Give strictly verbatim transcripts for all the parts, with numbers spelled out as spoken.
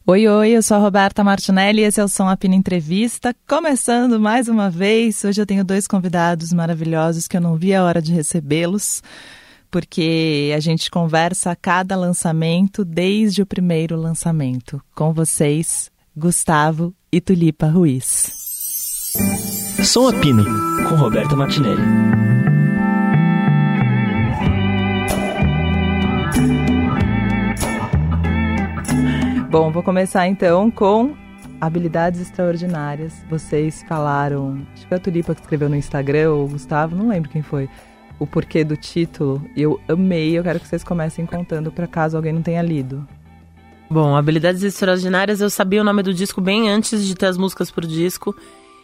Oi, oi, eu sou a Roberta Martinelli e esse é o Som Apino Entrevista. Começando mais uma vez, hoje eu tenho dois convidados maravilhosos que eu não vi a hora de recebê-los, porque a gente conversa a cada lançamento, desde o primeiro lançamento. Com vocês, Gustavo e Tulipa Ruiz. Som Apino, com Roberta Martinelli. Bom, vou começar então com habilidades extraordinárias. Vocês falaram, acho que foi a Tulipa que escreveu no Instagram, ou o Gustavo, não lembro quem foi, o porquê do título. Eu amei, eu quero que vocês comecem contando, para caso alguém não tenha lido. Bom, habilidades extraordinárias, eu sabia o nome do disco bem antes de ter as músicas pro disco.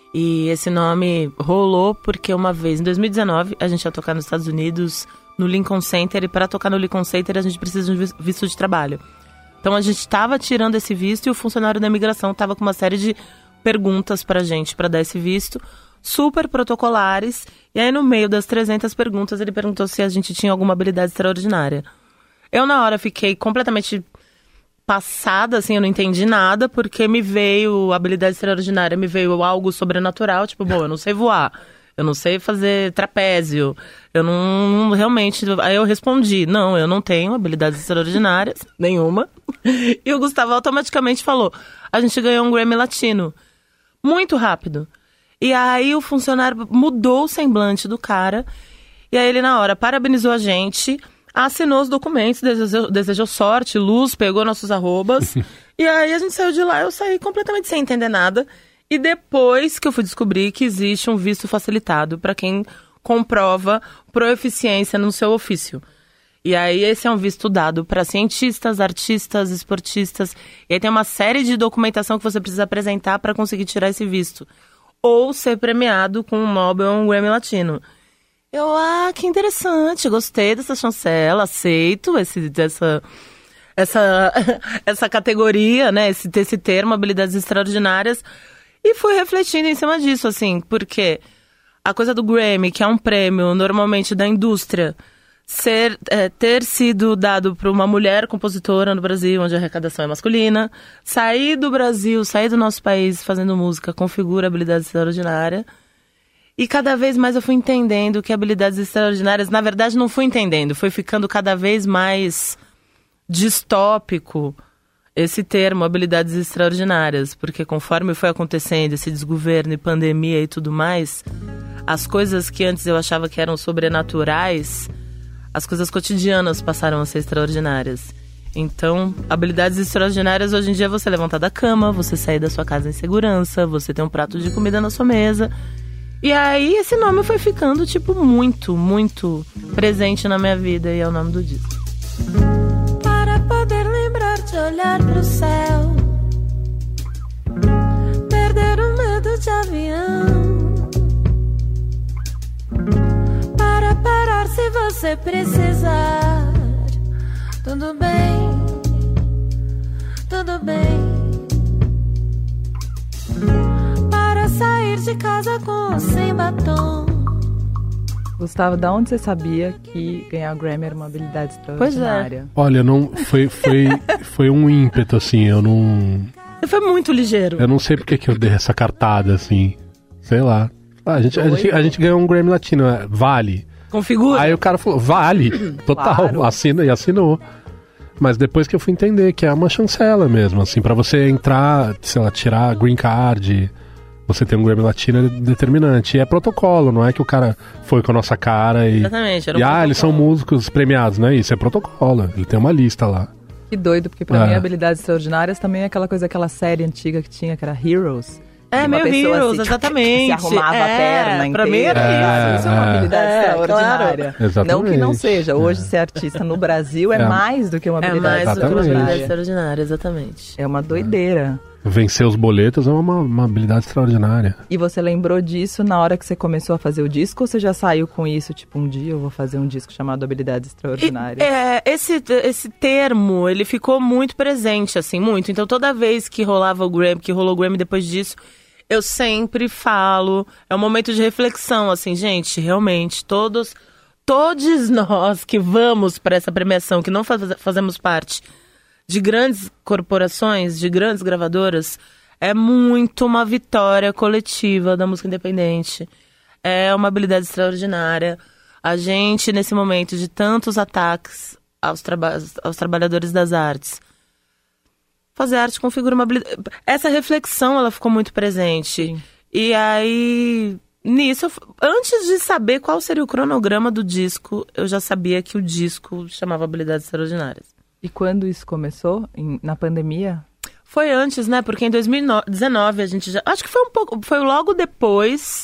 E esse nome rolou porque uma vez, em dois mil e dezenove, a gente ia tocar nos Estados Unidos, no Lincoln Center. E para tocar no Lincoln Center, a gente precisa de um visto de trabalho. Então a gente estava tirando esse visto e o funcionário da imigração estava com uma série de perguntas pra gente para dar esse visto, super protocolares. E aí no meio das trezentas perguntas ele perguntou se a gente tinha alguma habilidade extraordinária. Eu na hora fiquei completamente passada, assim, eu não entendi nada, porque me veio habilidade extraordinária, me veio algo sobrenatural, tipo, bom, eu não sei voar. Eu não sei fazer trapézio, eu não, realmente... Aí eu respondi, não, eu não tenho habilidades extraordinárias, nenhuma. E o Gustavo automaticamente falou, a gente ganhou um Grammy Latino. Muito rápido. E aí o funcionário mudou o semblante do cara, e aí ele na hora parabenizou a gente, assinou os documentos, desejou, desejou sorte, luz, pegou nossos arrobas, e aí a gente saiu de lá, eu saí completamente sem entender nada. E depois que eu fui descobrir que existe um visto facilitado para quem comprova proeficiência no seu ofício. E aí esse é um visto dado para cientistas, artistas, esportistas. E aí tem uma série de documentação que você precisa apresentar para conseguir tirar esse visto. Ou ser premiado com um Nobel ou um Grammy Latino. Eu, ah, que interessante, gostei dessa chancela, aceito esse, essa, essa, essa categoria, né, esse, esse termo, habilidades extraordinárias. E fui refletindo em cima disso, assim, porque a coisa do Grammy, que é um prêmio normalmente da indústria, ser, é, ter sido dado para uma mulher compositora no Brasil, onde a arrecadação é masculina, sair do Brasil, sair do nosso país fazendo música, configura habilidade extraordinária. E cada vez mais eu fui entendendo que habilidades extraordinárias, na verdade não fui entendendo, foi ficando cada vez mais distópico esse termo, habilidades extraordinárias, porque conforme foi acontecendo esse desgoverno e pandemia e tudo mais, as coisas que antes eu achava que eram sobrenaturais, as coisas cotidianas passaram a ser extraordinárias. Então, habilidades extraordinárias hoje em dia é você levantar da cama, você sair da sua casa em segurança, você ter um prato de comida na sua mesa. E aí esse nome foi ficando, tipo, muito, muito presente na minha vida, e é o nome do disco. Poder lembrar de olhar pro céu, perder o medo de avião, para parar se você precisar. Tudo bem, tudo bem, para sair de casa com ou sem batom. Gustavo, da onde você sabia que ganhar o Grammy era uma habilidade extraordinária? Pois é. Olha, não, foi, foi, foi um ímpeto, assim, eu não... Você foi muito ligeiro. Eu não sei porque que eu dei essa cartada, assim, sei lá. Ah, a, gente, a, gente, a gente ganhou um Grammy Latino, vale. Configura. Aí o cara falou, vale, total, Claro. assina, e assinou. Mas depois que eu fui entender que é uma chancela mesmo, assim, pra você entrar, sei lá, tirar green card... Você tem um Grammy Latino determinante. E é protocolo, não é que o cara foi com a nossa cara e... Exatamente, era um E ah, protocolo. eles são músicos premiados, não é isso? É protocolo. Ele tem uma lista lá. Que doido, porque pra É. mim habilidades extraordinárias também é aquela coisa, aquela série antiga que tinha, que era Heroes. É, De uma meio pessoa Heroes, assim, exatamente. que se arrumava É, a perna pra mim inteira. era Isso é uma É, habilidade é, extraordinária. claro. Exatamente. Não que não seja. Hoje ser artista no Brasil é, É. mais do que uma É habilidade mais do que uma Exatamente. habilidade extraordinária. extraordinária, exatamente. É uma doideira. Vencer os boletos é uma, uma habilidade extraordinária. E você lembrou disso na hora que você começou a fazer o disco, ou você já saiu com isso, tipo, um dia eu vou fazer um disco chamado Habilidades Extraordinárias? E, é, esse, esse termo, ele ficou muito presente, assim, muito. Então, toda vez que rolava o Grammy, que rolou o Grammy depois disso, eu sempre falo, é um momento de reflexão, assim, gente, realmente, todos, todos nós que vamos para essa premiação, que não faz, fazemos parte de grandes corporações, de grandes gravadoras, é muito uma vitória coletiva da música independente. É uma habilidade extraordinária. A gente, nesse momento de tantos ataques aos, traba- aos trabalhadores das artes, fazer arte configura uma habilidade. Essa reflexão, ela ficou muito presente. Sim. E aí, nisso, antes de saber qual seria o cronograma do disco, eu já sabia que o disco chamava Habilidades Extraordinárias. E quando isso começou? Em, na pandemia? Foi antes, né? Porque em dois mil e dezenove a gente já... Acho que foi um pouco... Foi logo depois...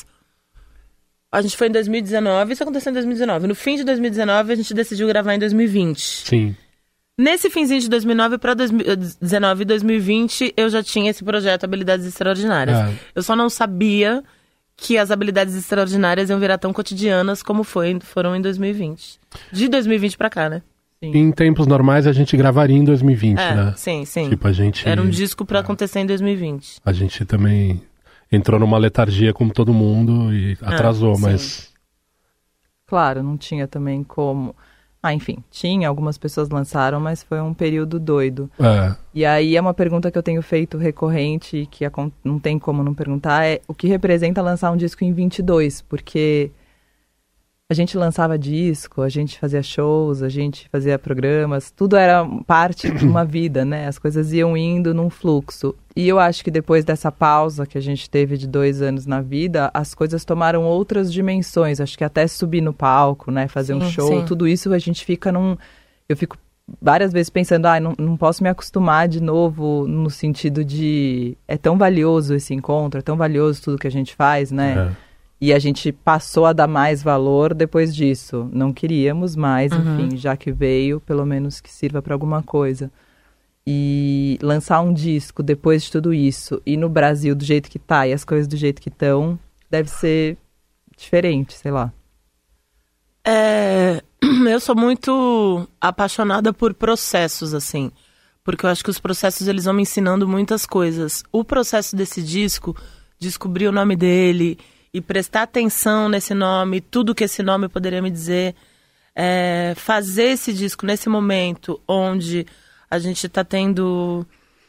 A gente foi em dois mil e dezenove, isso aconteceu em dois mil e dezenove. No fim de dois mil e dezenove, a gente decidiu gravar em dois mil e vinte. Sim. Nesse finzinho de dois mil e nove para dois mil e dezenove e dois mil e vinte, eu já tinha esse projeto Habilidades Extraordinárias. É. Eu só não sabia que as habilidades extraordinárias iam virar tão cotidianas como foi, foram em dois mil e vinte. De dois mil e vinte pra cá, né? Sim. Em tempos normais a gente gravaria em dois mil e vinte, é, né? Sim, sim. Tipo, a gente... Era um disco pra é. acontecer em dois mil e vinte. A gente também entrou numa letargia como todo mundo e atrasou, é, mas... Claro, não tinha também como... Ah, enfim, tinha, algumas pessoas lançaram, mas foi um período doido. É. E aí é uma pergunta que eu tenho feito recorrente, que não tem como não perguntar, é o que representa lançar um disco em vinte e dois, porque a gente lançava disco, a gente fazia shows, a gente fazia programas, tudo era parte de uma vida, né? As coisas iam indo num fluxo. E eu acho que depois dessa pausa que a gente teve de dois anos na vida, as coisas tomaram outras dimensões. Acho que até subir no palco, né? Fazer sim, um show, sim. Tudo isso a gente fica num... Eu fico várias vezes pensando, ah, não, não posso me acostumar de novo no sentido de... É tão valioso esse encontro, é tão valioso tudo que a gente faz, né? É. E a gente passou a dar mais valor depois disso. Não queríamos mais, uhum. Enfim, já que veio, pelo menos que sirva para alguma coisa. E lançar um disco depois de tudo isso, e no Brasil do jeito que tá, e as coisas do jeito que estão, deve ser diferente, sei lá. É, eu sou muito apaixonada por processos, assim. Porque eu acho que os processos, eles vão me ensinando muitas coisas. O processo desse disco, descobrir o nome dele... E prestar atenção nesse nome, tudo que esse nome poderia me dizer. É, fazer esse disco nesse momento onde a gente está tendo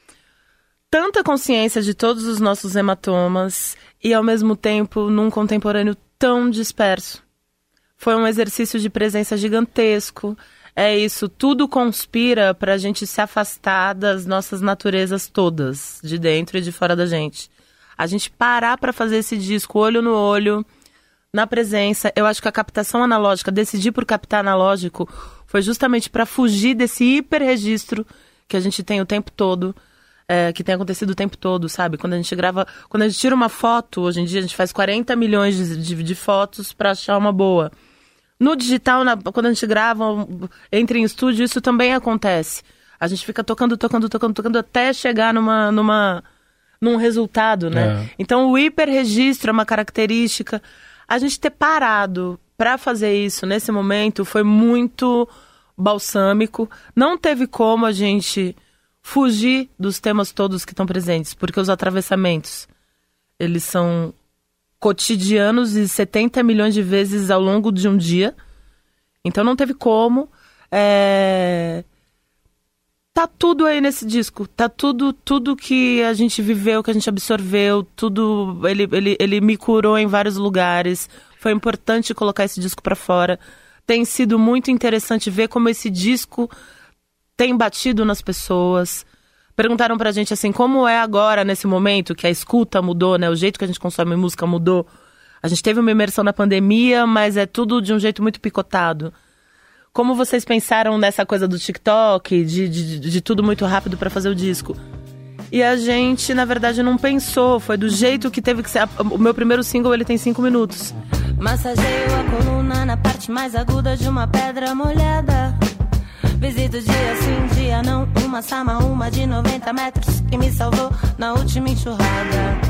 tanta consciência de todos os nossos hematomas e, ao mesmo tempo, num contemporâneo tão disperso. Foi um exercício de presença gigantesco. É isso, tudo conspira para a gente se afastar das nossas naturezas todas, de dentro e de fora da gente. A gente parar para fazer esse disco olho no olho, na presença. Eu acho que a captação analógica, decidir por captar analógico, foi justamente para fugir desse hiperregistro que a gente tem o tempo todo, é, que tem acontecido o tempo todo, sabe? Quando a gente grava, quando a gente tira uma foto, hoje em dia a gente faz quarenta milhões de, de, de fotos para achar uma boa. No digital, na, quando a gente grava, entra em estúdio, isso também acontece. A gente fica tocando, tocando, tocando, tocando até chegar numa... numa num resultado, né? É. Então, o hiperregistro é uma característica. A gente ter parado para fazer isso nesse momento foi muito balsâmico. Não teve como a gente fugir dos temas todos que estão presentes, porque os atravessamentos, eles são cotidianos e setenta milhões de vezes ao longo de um dia. Então, não teve como... É... Tá tudo aí nesse disco, tá tudo, tudo que a gente viveu, que a gente absorveu, tudo, ele, ele, ele me curou em vários lugares, foi importante colocar esse disco pra fora. Tem sido muito interessante ver como esse disco tem batido nas pessoas. Perguntaram pra gente assim, como é agora, nesse momento, que a escuta mudou, né, o jeito que a gente consome música mudou. A gente teve uma imersão na pandemia, mas é tudo de um jeito muito picotado. Como vocês pensaram nessa coisa do TikTok, de, de, de tudo muito rápido para fazer o disco? E a gente, na verdade, não pensou. Foi do jeito que teve que ser. O meu primeiro single, ele tem cinco minutos. Massageio a coluna na parte mais aguda de uma pedra molhada. Visito dia sim, dia não. Uma sama, uma de noventa metros que me salvou na última enxurrada.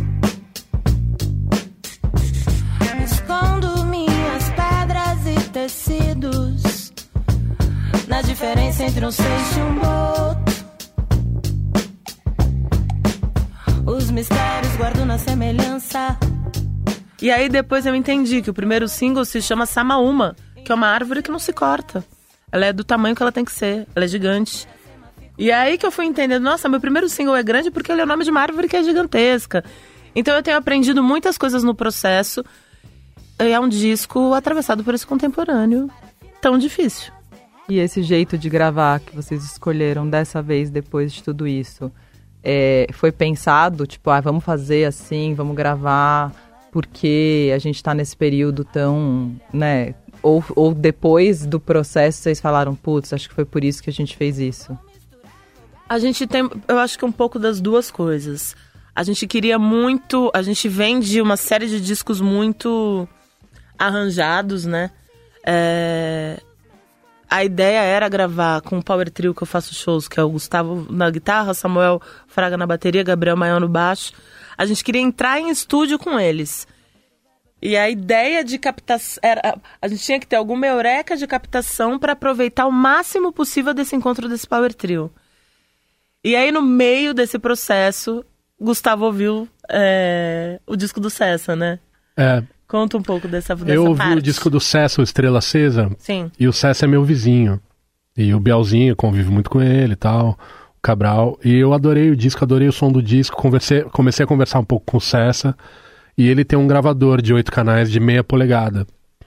Escondo minhas pedras e tecidos na diferença entre um seixo e um boto. Os mistérios guardo na semelhança. E aí depois eu entendi que o primeiro single se chama Samaúma, que é uma árvore que não se corta. Ela é do tamanho que ela tem que ser, ela é gigante. E aí que eu fui entendendo, nossa, meu primeiro single é grande porque ele é o nome de uma árvore que é gigantesca. Então eu tenho aprendido muitas coisas no processo. E é um disco atravessado por esse contemporâneo tão difícil. E esse jeito de gravar que vocês escolheram dessa vez, depois de tudo isso, é, foi pensado, tipo, ah, vamos fazer assim, vamos gravar, porque a gente tá nesse período tão, né... Ou, ou depois do processo vocês falaram, putz, acho que foi por isso que a gente fez isso? A gente tem, eu acho que um pouco das duas coisas. A gente queria muito, a gente vem de uma série de discos muito arranjados, né? É, a ideia era gravar com o Power Trio que eu faço shows, que é o Gustavo na guitarra, Samuel Fraga na bateria, Gabriel Maior no baixo. A gente queria entrar em estúdio com eles. E a ideia de captação... Era, a gente tinha que ter alguma eureka de captação para aproveitar o máximo possível desse encontro desse Power Trio. E aí, no meio desse processo, Gustavo ouviu é, o disco do Cessa, né? É. Conta um pouco dessa, dessa Eu ouvi parte. o disco do Cessa, o Estrela Acesa. Sim. E o Cessa é meu vizinho. E o Bielzinho, convivo muito com ele e tal. O Cabral. E eu adorei o disco, adorei o som do disco. Conversei, comecei a conversar um pouco com o Cessa. E ele tem um gravador de oito canais de meia polegada.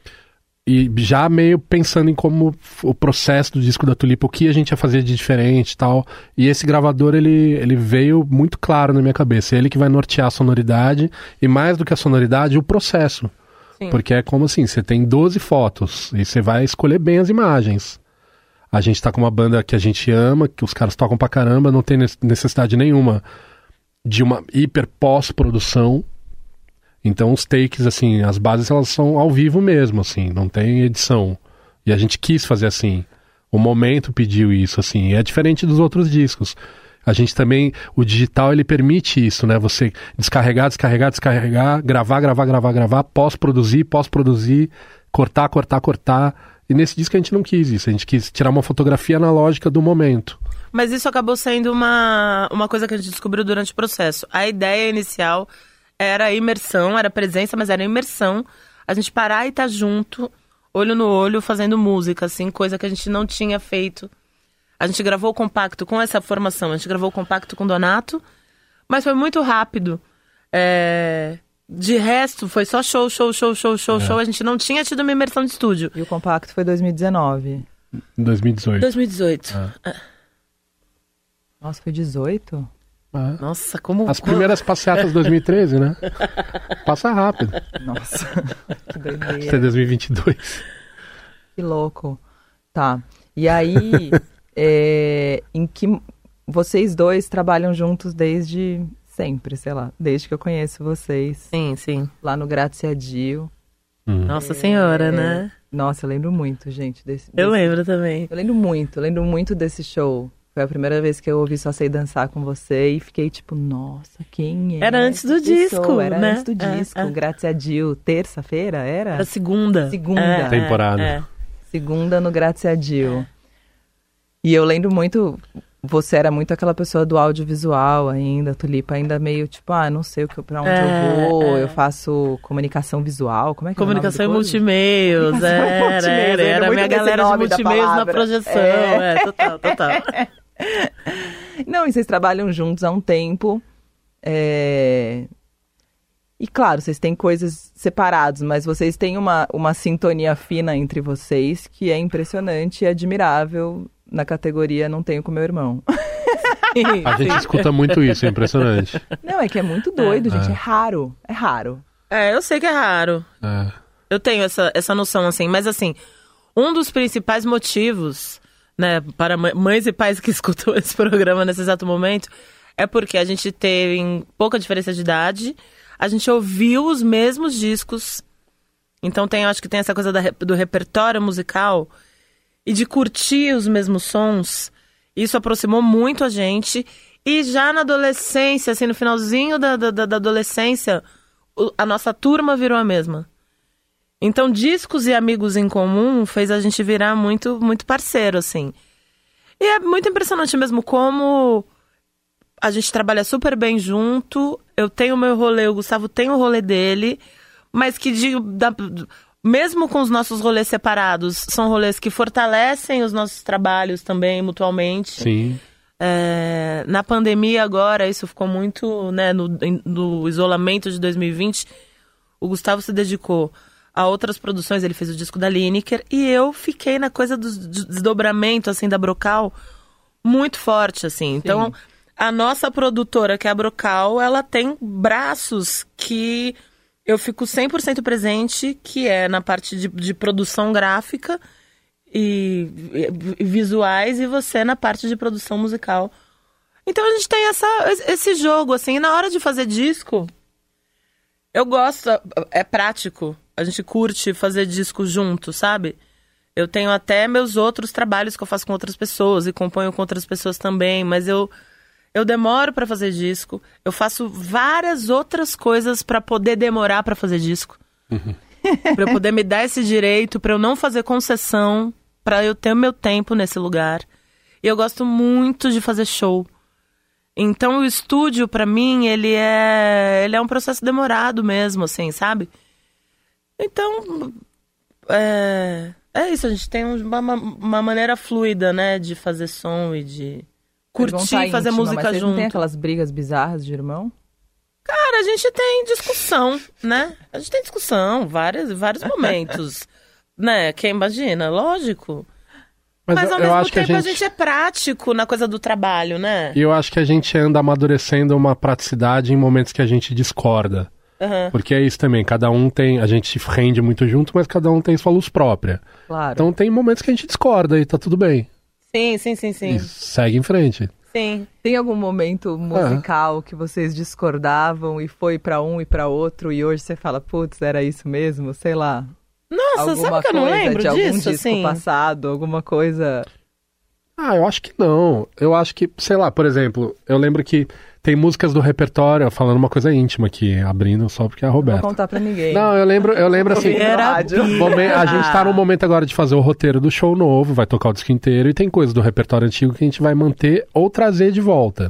E já meio pensando em como o processo do disco da Tulipa, o que a gente ia fazer de diferente e tal. E esse gravador, ele, ele veio muito claro na minha cabeça. É ele que vai nortear a sonoridade e, mais do que a sonoridade, o processo. Sim. Porque é como assim, você tem doze fotos e você vai escolher bem as imagens. A gente tá com uma banda que a gente ama, que os caras tocam pra caramba, não tem necessidade nenhuma de uma hiper pós-produção. Então os takes, assim, as bases elas são ao vivo mesmo, assim, não tem edição. E a gente quis fazer assim. O momento pediu isso, assim. E é diferente dos outros discos. A gente também, o digital ele permite isso, né? Você descarregar, descarregar, descarregar, gravar, gravar, gravar, gravar, pós-produzir, pós-produzir, cortar, cortar, cortar. E nesse disco a gente não quis isso. A gente quis tirar uma fotografia analógica do momento. Mas isso acabou sendo uma, uma coisa que a gente descobriu durante o processo. A ideia inicial... Era imersão, era presença, mas era imersão. A gente parar e estar junto, olho no olho, fazendo música, assim, coisa que a gente não tinha feito. A gente gravou o compacto com essa formação, a gente gravou o compacto com Donato, mas foi muito rápido. É... De resto, foi só show, show, show, show, show, é. show. A gente não tinha tido uma imersão de estúdio. E o compacto foi dois mil e dezenove? dois mil e dezoito. dois mil e dezoito. É. Nossa, foi dezoito? É. Nossa, como... As primeiras passeatas de dois mil e treze, né? Passa rápido. Nossa, que doideira. Isso é dois mil e vinte e dois. Que louco. Tá. E aí, é, em que vocês dois trabalham juntos desde sempre, sei lá, desde que eu conheço vocês. Sim, sim. Lá no Graziadio. Hum. Nossa Senhora, é, né? Nossa, eu lembro muito, gente. Desse, Eu desse, lembro também. Eu lembro muito, eu lembro muito desse show. Foi a primeira vez que eu ouvi Só Sei Dançar com você e fiquei tipo, nossa, quem é? Era antes do essa pessoa? disco, Era né? antes do É, disco. é. Graziadio, terça-feira, era? Era segunda. Segunda. É, Temporada. é, é. Segunda no Graziadio. E eu lembro muito, você era muito aquela pessoa do audiovisual ainda, Tulipa, ainda meio tipo, ah, não sei o que, pra onde É, eu vou, é. eu faço comunicação visual, como é que Comunicação é e o nome do curso? multimeios, Comunicação e era, multimeios, era, eu lembro era a minha muito desse galera de nome da multimeios na palavra. projeção, É. é, total, total. Não, e vocês trabalham juntos há um tempo, é... e claro, vocês têm coisas separadas, mas vocês têm uma, uma sintonia fina entre vocês que é impressionante e admirável na categoria Não Tenho com Meu Irmão. A gente escuta muito isso, é impressionante. Não, é que é muito doido, É. gente, É. é raro, é raro. É, eu sei que é raro. É. Eu tenho essa, essa noção, assim, mas assim, um dos principais motivos, né, para mães e pais que escutam esse programa nesse exato momento, é porque a gente teve pouca diferença de idade, a gente ouviu os mesmos discos, então tem, eu acho que tem essa coisa da, do repertório musical e de curtir os mesmos sons, isso aproximou muito a gente, e já na adolescência, assim, no finalzinho da, da, da adolescência, a nossa turma virou a mesma. Então, discos e amigos em comum fez a gente virar muito, muito parceiro, assim. E é muito impressionante mesmo como a gente trabalha super bem junto. Eu tenho o meu rolê, o Gustavo tem o rolê dele, mas que, de, da, mesmo com os nossos rolês separados, são rolês que fortalecem os nossos trabalhos também, mutuamente. Sim. É, na pandemia agora, isso ficou muito, né, no, no isolamento de dois mil e vinte, o Gustavo se dedicou a outras produções, ele fez o disco da Lineker, e eu fiquei na coisa do desdobramento, assim, da Brocal, muito forte, assim. Sim. Então, a nossa produtora, que é a Brocal, ela tem braços que eu fico cem por cento presente, que é na parte de, de produção gráfica e, e visuais, e você na parte de produção musical. Então a gente tem essa, esse jogo, assim, e na hora de fazer disco, eu gosto, é prático, a gente curte fazer disco junto, sabe? Eu tenho até meus outros trabalhos que eu faço com outras pessoas e componho com outras pessoas também, mas eu, eu demoro pra fazer disco, eu faço várias outras coisas pra poder demorar pra fazer disco. Uhum. Pra eu poder me dar esse direito, pra eu não fazer concessão, pra eu ter o meu tempo nesse lugar. E eu gosto muito de fazer show. Então o estúdio, pra mim, ele é, ele é um processo demorado mesmo, assim, sabe? Então, é, é isso, a gente tem uma, uma maneira fluida, né, de fazer som e de curtir e fazer íntima, música mas junto. Não tem aquelas brigas bizarras de irmão? Cara, a gente tem discussão, né? A gente tem discussão, vários, vários momentos, né? Quem imagina, lógico. Mas, Mas ao eu mesmo acho tempo que a, a gente... gente é prático na coisa do trabalho, né? E eu acho que a gente anda amadurecendo uma praticidade em momentos que a gente discorda. Uhum. Porque é isso também, cada um tem... A gente rende muito junto, mas cada um tem sua luz própria. Claro. Então tem momentos que a gente discorda e tá tudo bem. Sim, sim, sim, sim. E segue em frente. Sim. Tem algum momento musical ah. que vocês discordavam e foi pra um e pra outro e hoje você fala, putz, era isso mesmo? Sei lá... Nossa, alguma sabe que eu não lembro de disso, algum disco assim? passado, alguma coisa... Ah, eu acho que não. Eu acho que, sei lá, por exemplo, eu lembro que tem músicas do repertório, falando uma coisa íntima aqui, abrindo só porque é a Roberta. Não vou contar pra ninguém. Não, eu lembro, eu lembro assim... momen- a gente tá no momento agora de fazer o roteiro do show novo, vai tocar o disco inteiro, e tem coisas do repertório antigo que a gente vai manter ou trazer de volta.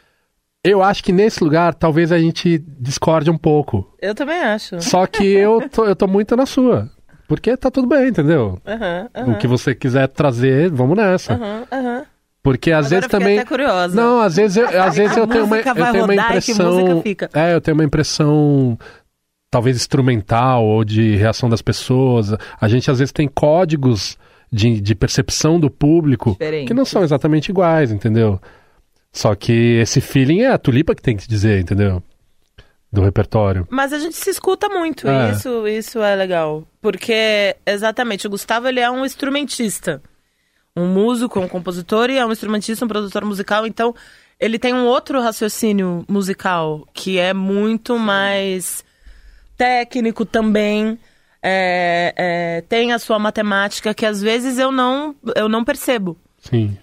Eu acho que nesse lugar, talvez a gente discorde um pouco. Eu também acho. Só que eu tô, eu tô muito na sua. Porque tá tudo bem, entendeu? Uhum, uhum. O que você quiser trazer, vamos nessa. Uhum, uhum. Porque às Agora vezes eu fiquei também... até curiosa. Não, às vezes eu, às vezes eu tenho uma, eu tenho uma impressão... É, eu tenho uma impressão... Talvez instrumental ou de reação das pessoas. A gente às vezes tem códigos de, de percepção do público diferente, que não são exatamente iguais, entendeu? Só que esse feeling é a Tulipa que tem que dizer, entendeu? Do repertório. Mas a gente se escuta muito, é. e isso, isso é legal. Porque, exatamente, o Gustavo, ele é um instrumentista. Um músico, um compositor, e é um instrumentista, um produtor musical. Então, ele tem um outro raciocínio musical, que é muito mais técnico também. É, é, tem a sua matemática, que às vezes eu não, eu não percebo. Sim.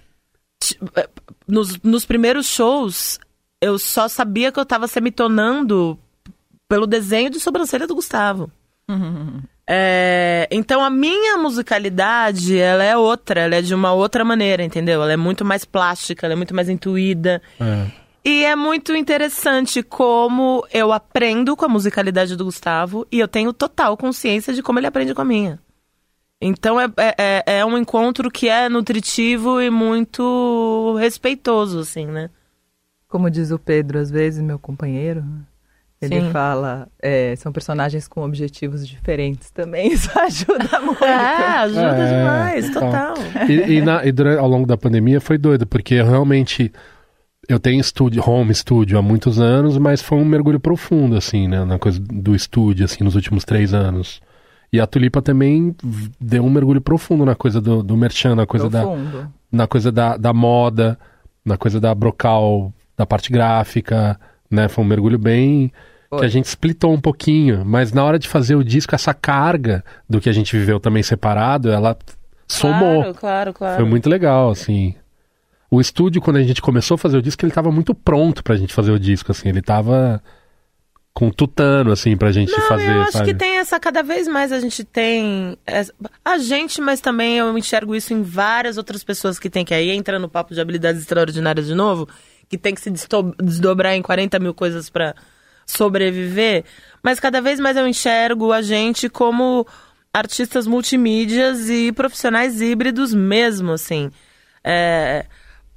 Nos, nos primeiros shows... eu só sabia que eu tava semitonando pelo desenho de sobrancelha do Gustavo. Uhum. É, então a minha musicalidade, ela é outra, ela é de uma outra maneira, entendeu? Ela é muito mais plástica, ela é muito mais intuída. É. E é muito interessante como eu aprendo com a musicalidade do Gustavo e eu tenho total consciência de como ele aprende com a minha. Então é, é, é um encontro que é nutritivo e muito respeitoso, assim, né? Como diz o Pedro, às vezes, meu companheiro, ele Sim. fala, é, são personagens com objetivos diferentes também, isso ajuda muito. É, ajuda é, demais, total. E, e, na, e durante, ao longo da pandemia foi doido, porque eu realmente, eu tenho estúdio, home studio há muitos anos, mas foi um mergulho profundo, assim, né, na coisa do estúdio, assim, nos últimos três anos. E a Tulipa também deu um mergulho profundo na coisa do, do merchan, na coisa, da, na coisa da, da moda, na coisa da Brocal, da parte gráfica, né? Foi um mergulho bem... Foi. Que a gente splitou um pouquinho, mas na hora de fazer o disco, essa carga do que a gente viveu também separado, ela somou. Claro, claro, claro. Foi muito legal, assim. O estúdio, quando a gente começou a fazer o disco, ele tava muito pronto pra gente fazer o disco, assim. Ele tava com tutano, assim, pra gente Não, fazer, eu acho sabe? que tem essa... Cada vez mais a gente tem... Essa, a gente, mas também eu enxergo isso em várias outras pessoas que tem, que aí entra no papo de habilidades extraordinárias de novo, que tem que se desdobrar em quarenta mil coisas pra sobreviver, mas cada vez mais eu enxergo a gente como artistas multimídias e profissionais híbridos mesmo, assim. É,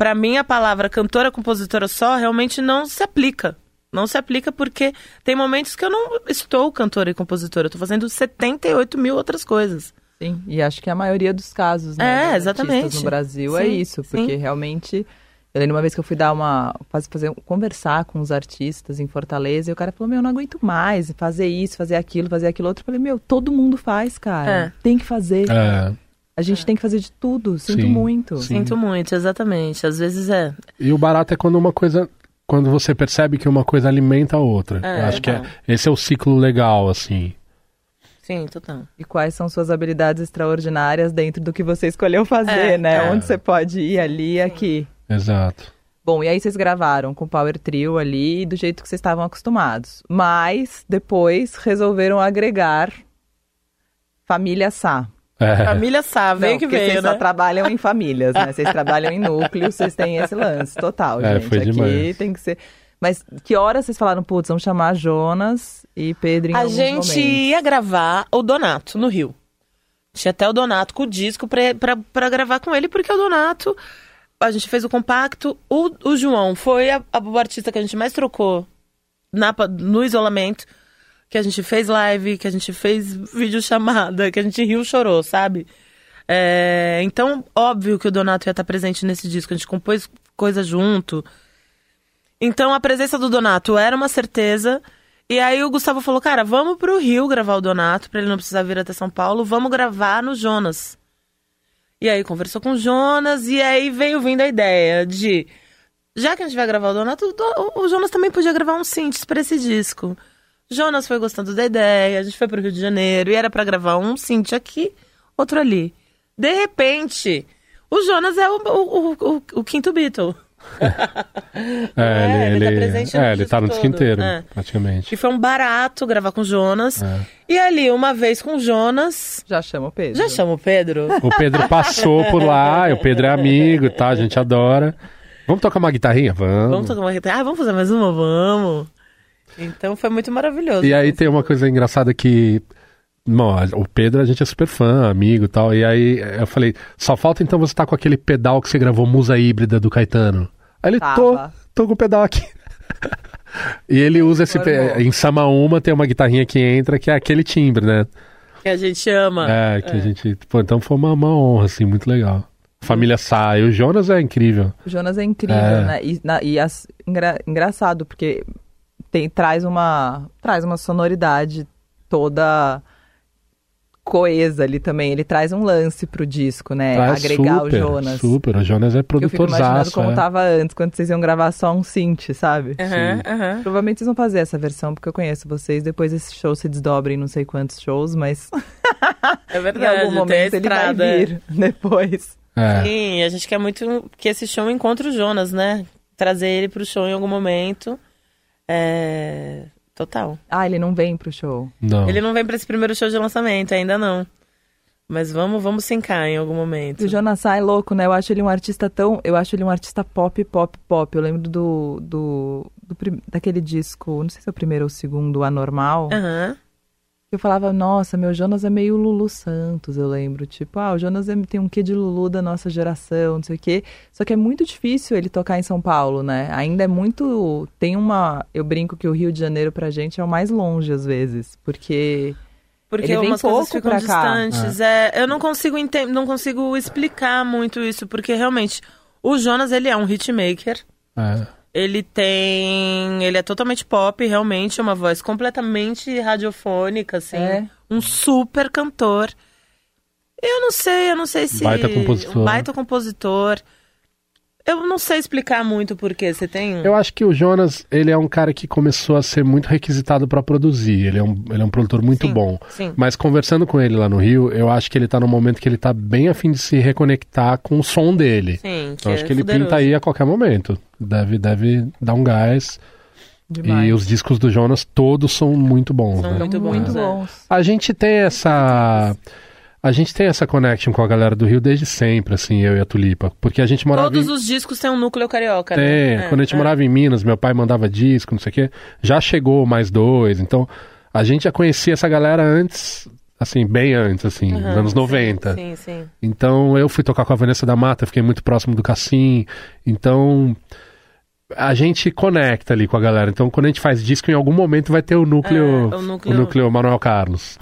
pra mim a palavra cantora, compositora só realmente não se aplica. Não se aplica porque tem momentos que eu não estou cantora e compositora. Eu tô fazendo setenta e oito mil outras coisas. Sim, e acho que a maioria dos casos, né, É, exatamente. no Brasil sim, é isso, porque sim. realmente... Eu lembro uma vez que eu fui dar uma... fazer, conversar com os artistas em Fortaleza, e o cara falou, meu, eu não aguento mais fazer isso, fazer aquilo, fazer aquilo outro. Eu falei, meu, todo mundo faz, cara. É. Tem que fazer. É. A gente é. tem que fazer de tudo. Sinto Sim, muito. sim. Sinto muito, exatamente. Às vezes é... E o barato é quando uma coisa... Quando você percebe que uma coisa alimenta a outra. É, Eu acho que então. é, esse é o ciclo legal, assim. Sim, total. E quais são suas habilidades extraordinárias dentro do que você escolheu fazer, É, né? é. Onde você pode ir ali e aqui. Exato. Bom, e aí vocês gravaram com o Power Trio ali, do jeito que vocês estavam acostumados. Mas, depois, resolveram agregar Família Sá. É. Família Sá, veio Não, que porque veio, vocês né? só trabalham em famílias, né? Vocês trabalham em núcleo, vocês têm esse lance total, É, gente. foi Aqui demais. tem que ser... Mas que horas vocês falaram, putz, vamos chamar Jonas e Pedro em A alguns gente momentos? ia gravar o Donato, no Rio. Tinha até o Donato com o disco pra, pra, pra gravar com ele, porque o Donato... A gente fez o compacto. O, o João foi a, a, o artista que a gente mais trocou na, no isolamento. Que a gente fez live, que a gente fez videochamada, que a gente riu, chorou, sabe? É, então, óbvio que o Donato ia estar presente nesse disco. A gente compôs coisa junto. Então, a presença do Donato era uma certeza. E aí o Gustavo falou, cara, vamos pro Rio gravar o Donato, pra ele não precisar vir até São Paulo. Vamos gravar no Jonas. E aí conversou com o Jonas, e aí veio vindo a ideia de... Já que a gente vai gravar o Donato, o Jonas também podia gravar um synths pra esse disco. Jonas foi gostando da ideia, a gente foi pro Rio de Janeiro, e era pra gravar um synth aqui, outro ali. De repente, o Jonas é o, o, o, o quinto Beatle. É, ele, ele tá ele, presente no é, ele disco tá no disco todo, inteiro, é. praticamente. E foi um barato gravar com o Jonas. É. E ali, uma vez com o Jonas, Já chama o Pedro. já chama o Pedro. O Pedro passou por lá, e o Pedro é amigo, tá? A gente adora. Vamos tocar uma guitarrinha? Vamos. Vamos tocar uma guitarra? Ah, vamos fazer mais uma? Vamos. Então foi muito maravilhoso. E aí tem uma coisa engraçada que... Bom, o Pedro a gente é super fã, amigo e tal. E aí eu falei, só falta então você estar com aquele pedal que você gravou Musa Híbrida do Caetano. Aí ele, tô, Tava. tô com o pedal aqui. E ele usa esse... pe- Formou. Em Samaúma tem uma guitarrinha que entra, que é aquele timbre, né? Que a gente ama. É, que a gente... Pô, então foi uma, uma honra, assim, muito legal. Família Sá. E o Jonas é incrível. O Jonas é incrível, É. né? E, na- e as- engra- engraçado, porque tem, traz, uma, traz uma sonoridade toda coesa ali também. Ele traz um lance pro disco, né? Traz Agregar super, o Jonas. Super, o Jonas é Eu fico imaginando produtorzaço. como é. tava antes, quando vocês iam gravar só um synth, sabe? Aham, aham. Provavelmente vocês vão fazer essa versão, porque eu conheço vocês. Depois esse show se desdobra em não sei quantos shows, mas É em verdade, algum tem a momento ele vai estrada. vir depois. É. Sim, a gente quer muito que esse show encontre o Jonas, né? Trazer ele pro show em algum momento. É... Total. Ah, ele não vem pro show. Não. Ele não vem pra esse primeiro show de lançamento, ainda não. Mas vamos, vamos sincar em algum momento. O Jonas Sá é louco, né? Eu acho ele um artista tão... Eu acho ele um artista pop, pop, pop. Eu lembro do... do, do prim- daquele disco, não sei se é o primeiro ou o segundo, o Anormal. Aham. Eu falava, nossa, meu Jonas é meio Lulu Santos, eu lembro. Tipo, ah, o Jonas é- tem um quê de Lulu da nossa geração, não sei o quê. Só que é muito difícil ele tocar em São Paulo, né? Ainda é muito... Tem uma... Eu brinco que o Rio de Janeiro pra gente é o mais longe, às vezes. Porque... Porque Ele vem umas coisas pouco ficam pra cá. distantes. É, eu não consigo enten- não consigo explicar muito isso, porque realmente o Jonas, ele é um hitmaker. É. Ele tem... Ele é totalmente pop, realmente, uma voz completamente radiofônica, assim. É. Um super cantor. Eu não sei, eu não sei se... Baita compositor. Um baita compositor. Eu não sei explicar muito porquê. Você tem... Eu acho que o Jonas, ele é um cara que começou a ser muito requisitado pra produzir. Ele é um, ele é um produtor muito Sim, bom. sim. Mas conversando com ele lá no Rio, eu acho que ele tá num momento que ele tá bem a fim de se reconectar com o som dele. Sim, que Eu acho é que ele fuderoso. pinta aí a qualquer momento. Deve, deve dar um gás. Demais. E os discos do Jonas todos são muito bons, São né? muito bons, muito é. bons. A gente tem essa... A gente tem essa connection com a galera do Rio desde sempre, assim, eu e a Tulipa. Porque a gente morava Todos em... os discos têm um núcleo carioca, Tem, né? É, quando a gente é. morava em Minas, meu pai mandava disco, não sei o quê. Já chegou mais dois, então a gente já conhecia essa galera antes, Assim, bem antes, assim, Uhum, anos noventa. Sim, sim. Então eu fui tocar com a Vanessa da Mata, fiquei muito próximo do Cassim. Então a gente conecta ali com a galera. Então quando a gente faz disco, em algum momento vai ter o núcleo, É, o núcleo... o núcleo Manuel Carlos.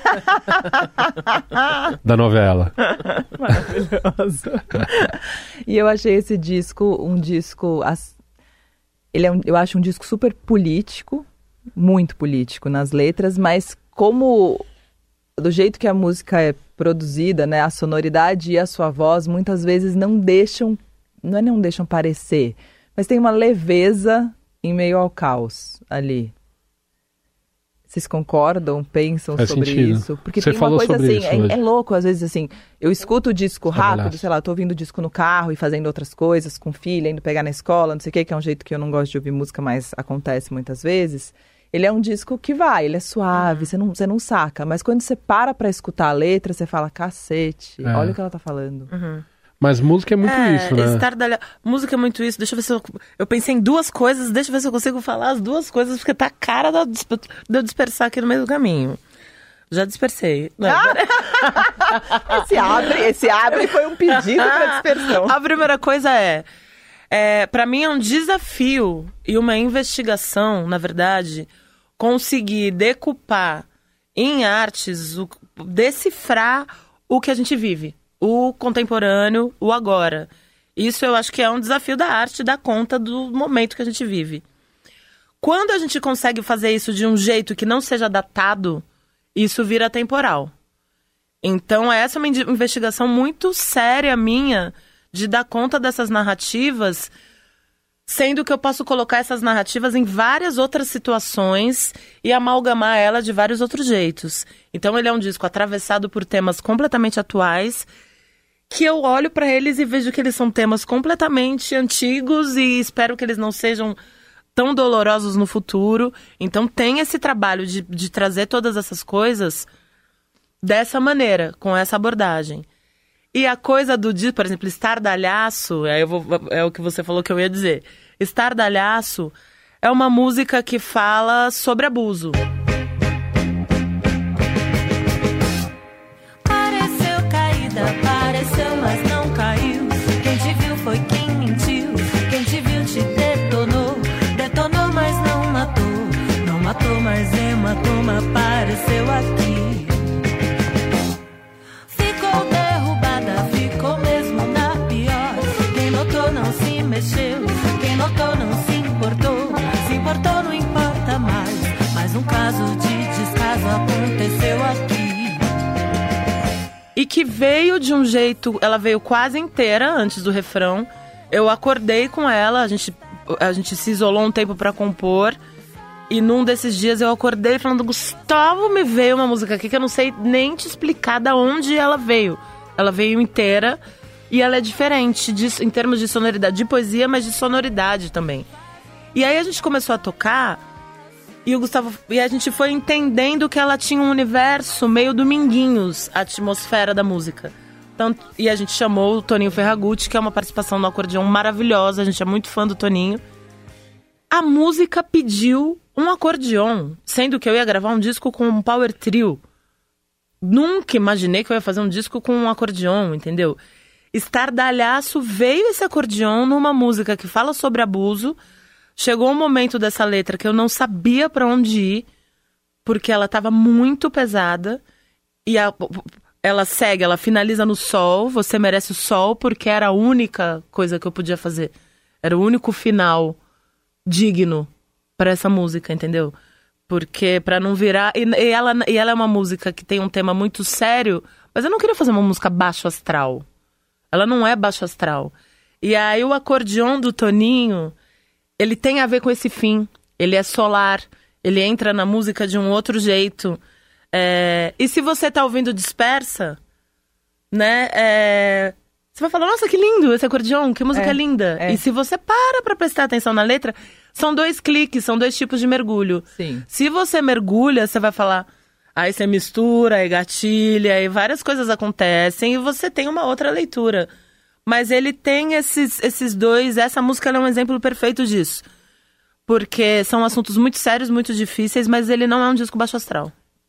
Da novela. Maravilhosa. E eu achei esse disco um disco... Ele é um, eu acho um disco super político, muito político nas letras, mas como do jeito que a música é produzida, né, a sonoridade e a sua voz muitas vezes não deixam, não é não deixam parecer, mas tem uma leveza em meio ao caos ali. Vocês concordam, pensam Faz sobre sentido. isso? Porque Você tem uma falou coisa sobre assim, isso é, hoje. é louco às vezes assim, eu escuto o disco rápido, Trabalhaço. sei lá, tô ouvindo o disco no carro e fazendo outras coisas com filha, indo pegar na escola, não sei o que, que é um jeito que eu não gosto de ouvir música, mas acontece muitas vezes. Ele é um disco que vai, ele é suave, você não, você não saca, mas quando você para pra escutar a letra, você fala, cacete, É. olha o que ela tá falando. Uhum. Mas música é muito é, isso, né? Estardalha... Música é muito isso. Deixa eu ver se eu... Eu pensei em duas coisas, deixa eu ver se eu consigo falar as duas coisas, porque tá a cara de disp... de eu dispersar aqui no meio do caminho. Já dispersei. Não, Esse abre, esse abre foi um pedido pra dispersão. A primeira coisa é, é para mim é um desafio e uma investigação, na verdade, conseguir decupar em artes, o, decifrar o que a gente vive. O contemporâneo, o agora. Isso eu acho que é um desafio da arte, dar conta do momento que a gente vive. Quando a gente consegue fazer isso de um jeito que não seja datado, isso vira temporal. Então essa é uma investigação muito séria minha de dar conta dessas narrativas, sendo que eu posso colocar essas narrativas em várias outras situações e amalgamar ela de vários outros jeitos. Então ele é um disco atravessado por temas completamente atuais, que eu olho para eles e vejo que eles são temas completamente antigos e espero que eles não sejam tão dolorosos no futuro. Então tem esse trabalho de, de trazer todas essas coisas dessa maneira, com essa abordagem. E a coisa do disco, por exemplo, Estardalhaço, aí eu vou, é o que você falou que eu ia dizer. Estardalhaço é uma música que fala sobre abuso. Pareceu caída, pareceu, mas não caiu. Quem te viu foi quem mentiu. Quem te viu te detonou. Detonou, mas não matou. Não matou, mas hematoma apareceu aqui. Ficou derrubada, ficou mesmo na pior. Quem notou não se mexeu. Quem notou não se importou. Se importou não importa mais. Mas um caso de descaso aconteceu aqui. E que veio de um jeito... Ela veio quase inteira antes do refrão. Eu acordei com ela, a gente, a gente se isolou um tempo pra compor. E num desses dias eu acordei falando, Gustavo, me veio uma música aqui que eu não sei nem te explicar de onde ela veio. Ela veio inteira e ela é diferente de, em termos de sonoridade, de poesia, mas de sonoridade também. E aí a gente começou a tocar e o Gustavo e a gente foi entendendo que ela tinha um universo meio Dominguinhos, a atmosfera da música. Tanto, e a gente chamou o Toninho Ferragutti, que é uma participação no acordeão maravilhosa, a gente é muito fã do Toninho. A música pediu um acordeon, sendo que eu ia gravar um disco com um power trio. Nunca imaginei que eu ia fazer um disco com um acordeon, entendeu? Estardalhaço veio esse acordeon numa música que fala sobre abuso. Chegou um momento dessa letra que eu não sabia pra onde ir, porque ela tava muito pesada. E a, ela segue, ela finaliza no sol, você merece o sol, porque era a única coisa que eu podia fazer. Era o único final digno pra essa música, entendeu? Porque pra não virar... E, e, ela, e ela é uma música que tem um tema muito sério, mas eu não queria fazer uma música baixo astral. Ela não é baixo astral. E aí o acordeon do Toninho, ele tem a ver com esse fim. Ele é solar, ele entra na música de um outro jeito. É... E se você tá ouvindo dispersa, né? É... Você vai falar, nossa, que lindo esse acordeon, que música É, linda. é. E se você para pra prestar atenção na letra, são dois cliques, são dois tipos de mergulho. Sim. Se você mergulha, você vai falar... Aí você mistura, aí gatilha, aí várias coisas acontecem e você tem uma outra leitura. Mas ele tem esses, esses dois... Essa música ela é um exemplo perfeito disso. Porque são assuntos muito sérios, muito difíceis, mas ele não é um disco baixo astral.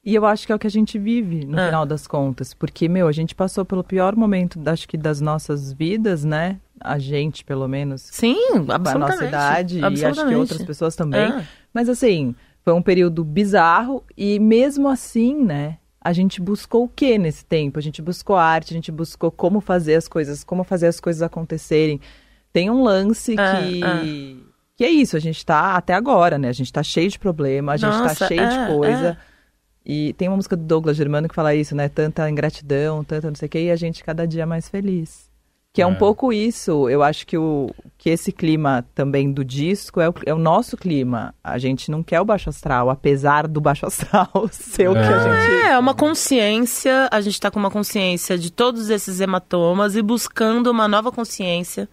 E eu acho que é o que a gente vive, no É. final das contas. Porque, meu, a gente passou pelo pior momento, acho que, das nossas vidas, né? A gente, pelo menos. Sim, A absolutamente. nossa idade e acho que Absolutamente. outras pessoas também. É. Mas, assim, foi um período bizarro. E mesmo assim, né? A gente buscou o que nesse tempo? A gente buscou arte, a gente buscou como fazer as coisas, como fazer as coisas acontecerem. Tem um lance É, que... é. Que é isso, a gente tá até agora, né? A gente tá cheio de problema, a gente Nossa, tá cheio é, de coisa. é. E tem uma música do Douglas Germano que fala isso, né? Tanta ingratidão, tanta não sei o quê, e a gente cada dia mais feliz. Que é, É. um pouco isso. Eu acho que, o, que esse clima também do disco é o, é o nosso clima. A gente não quer o baixo astral, apesar do baixo astral ser o que a É. gente... É, é uma consciência, a gente tá com uma consciência de todos esses hematomas e buscando uma nova consciência,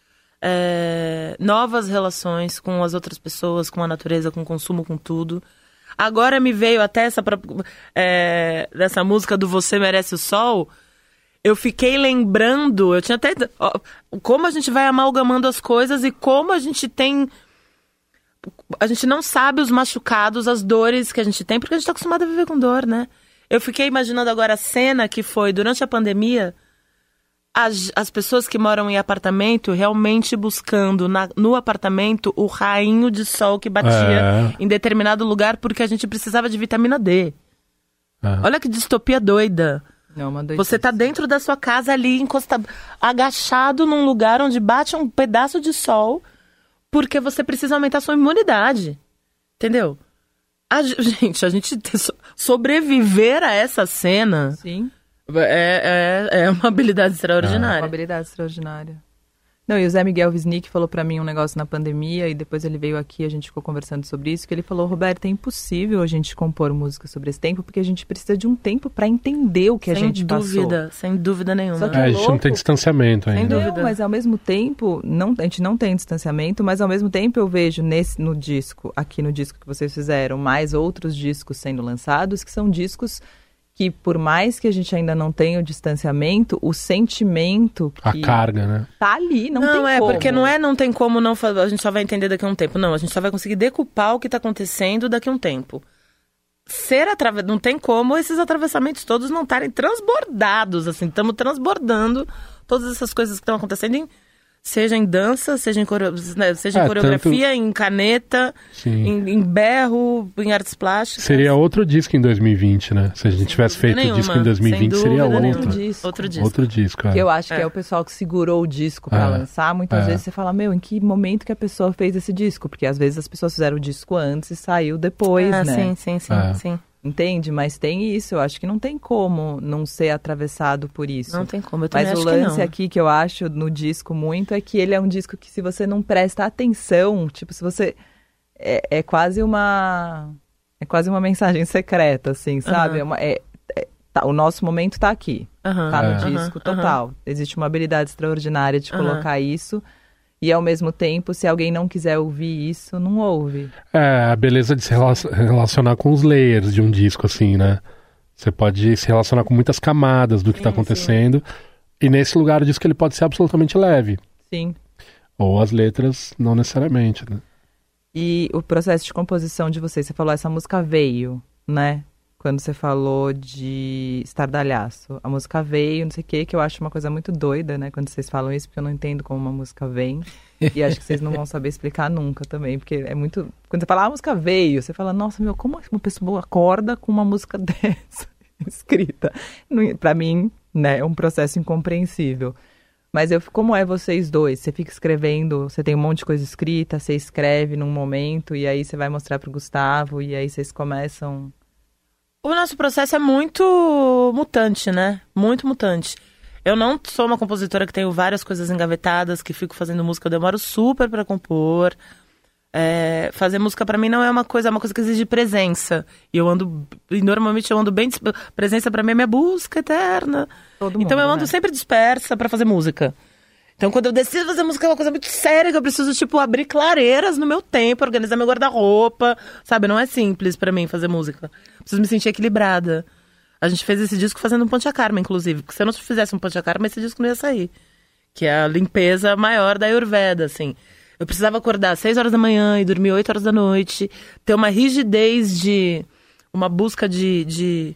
é, novas relações com as outras pessoas, com a natureza, com o consumo, com tudo. Agora me veio até essa, pro- é, dessa música do Você Merece o Sol, eu fiquei lembrando, eu tinha até... ó, como a gente vai amalgamando as coisas e como a gente tem... A gente não sabe os machucados, as dores que a gente tem, porque a gente tá acostumado a viver com dor, né? Eu fiquei imaginando agora a cena que foi durante a pandemia, as, as pessoas que moram em apartamento realmente buscando na- no apartamento o rainho de sol que batia É. em determinado lugar porque a gente precisava de vitamina D. É. Olha que distopia doida. Não, uma doidice. Você tá dentro da sua casa ali, encostado, agachado num lugar onde bate um pedaço de sol, porque você precisa aumentar a sua imunidade. Entendeu? A, ge- gente, a gente ter so- sobreviver a essa cena Sim. é, é, é uma habilidade Uma extraordinária. habilidade extraordinária. Não, e o Zé Miguel Wisnik falou pra mim um negócio na pandemia e depois ele veio aqui, a gente ficou conversando sobre isso, que ele falou, Roberto, é impossível a gente compor música sobre esse tempo porque a gente precisa de um tempo pra entender o que a Sem gente dúvida, sem dúvida nenhuma. Só que É, a é gente não louco. tem distanciamento Sem ainda. dúvida. passou. Mas ao mesmo tempo, não, a gente não tem distanciamento, mas ao mesmo tempo eu vejo nesse, no disco, aqui no disco que vocês fizeram, mais outros discos sendo lançados, que são discos que por mais que a gente ainda não tenha o distanciamento, o sentimento A que carga, né? tá ali, não, Não, tem é, como. porque não é, não tem como não fa- a gente só vai entender daqui a um tempo. Não, a gente só vai conseguir decupar o que tá acontecendo daqui a um tempo. Ser atrave... Não tem como esses atravessamentos todos não estarem transbordados, assim. Estamos transbordando todas essas coisas que estão acontecendo, em... seja em dança, seja em, coreo... né, seja em É, coreografia, em caneta, Sim. em, em berro, em artes plásticas. Seria outro disco em dois mil e vinte, né? Se a gente tivesse feito o nenhuma, disco em dois mil e vinte, sem seria dúvida outro. nenhuma. Disco. Outro disco. Outro disco, é. Que eu acho que É. é o pessoal que segurou o disco pra É. lançar. Muitas É. vezes você fala, meu, em que momento que a pessoa fez esse disco? Porque às vezes as pessoas fizeram o disco antes e saiu depois, Ah, né? sim, sim, sim, É. sim. Entende? Mas tem isso. Eu acho que não tem como não ser atravessado por isso. Não tem como, eu também Mas o acho que lance não. aqui que eu acho no disco muito é que ele é um disco que se você não presta atenção, tipo, se você... É, é quase uma... É quase uma mensagem secreta, assim, sabe? Aham. É uma- é- é- tá, o nosso momento tá aqui. Aham, Tá no É. disco aham, total. Existe uma habilidade extraordinária de Aham. colocar isso. E ao mesmo tempo, se alguém não quiser ouvir isso, não ouve. É, a beleza de se rela- relacionar com os layers de um disco, assim, né? Você pode se relacionar com muitas camadas do que Sim, tá acontecendo. E nesse lugar o disco ele pode ser absolutamente leve. Sim. Ou as letras, não necessariamente, né? E o processo de composição de vocês, você falou, essa música veio, né? Quando você falou de estardalhaço. A música veio, não sei o quê, que eu acho uma coisa muito doida, né? Quando vocês falam isso, porque eu não entendo como uma música vem. E acho que vocês não vão saber explicar nunca também, porque é muito... Quando você fala, ah, a música veio, você fala, nossa, meu, como uma pessoa acorda com uma música dessa escrita? Não- Pra mim, né, é um processo incompreensível. Mas eu, como é vocês dois? Você fica escrevendo, você tem um monte de coisa escrita, você escreve num momento e aí você vai mostrar pro Gustavo e aí vocês começam... O nosso processo é muito mutante, né? Muito mutante. Eu não sou uma compositora que tenho várias coisas engavetadas, que fico fazendo música, eu demoro super pra compor. É, fazer música pra mim não é uma coisa, é uma coisa que exige presença. E eu ando, e normalmente eu ando bem, dis- presença pra mim é minha busca eterna. Todo Então mundo, eu ando né? sempre dispersa pra fazer música. Então quando eu decido fazer música é uma coisa muito séria, que eu preciso, tipo, abrir clareiras no meu tempo, organizar meu guarda-roupa, sabe? Não é simples pra mim fazer música. Preciso me sentir equilibrada. A gente fez esse disco fazendo um Ponte a Karma, inclusive. Porque se eu não fizesse um Ponte a Karma, esse disco não ia sair. Que é a limpeza maior da Ayurveda, assim. Eu precisava acordar às seis horas da manhã e dormir oito horas da noite. Ter uma rigidez de... uma busca de, de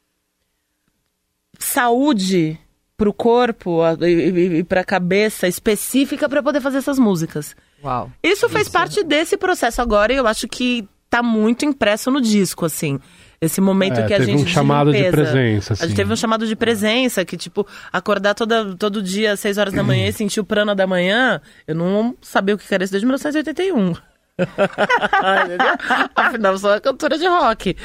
saúde pro corpo e, e, e pra cabeça específica pra poder fazer essas músicas. Uau. Isso fez Isso. parte desse processo agora e eu acho que tá muito impresso no disco, assim. Esse momento é, que a teve gente... um chamado de, de presença, assim. A gente teve um chamado de presença, que tipo, acordar toda, todo dia às seis horas da manhã e sentir o prana da manhã, eu não sabia o que era isso desde mil novecentos e oitenta e um. Afinal, eu sou uma cantora de rock.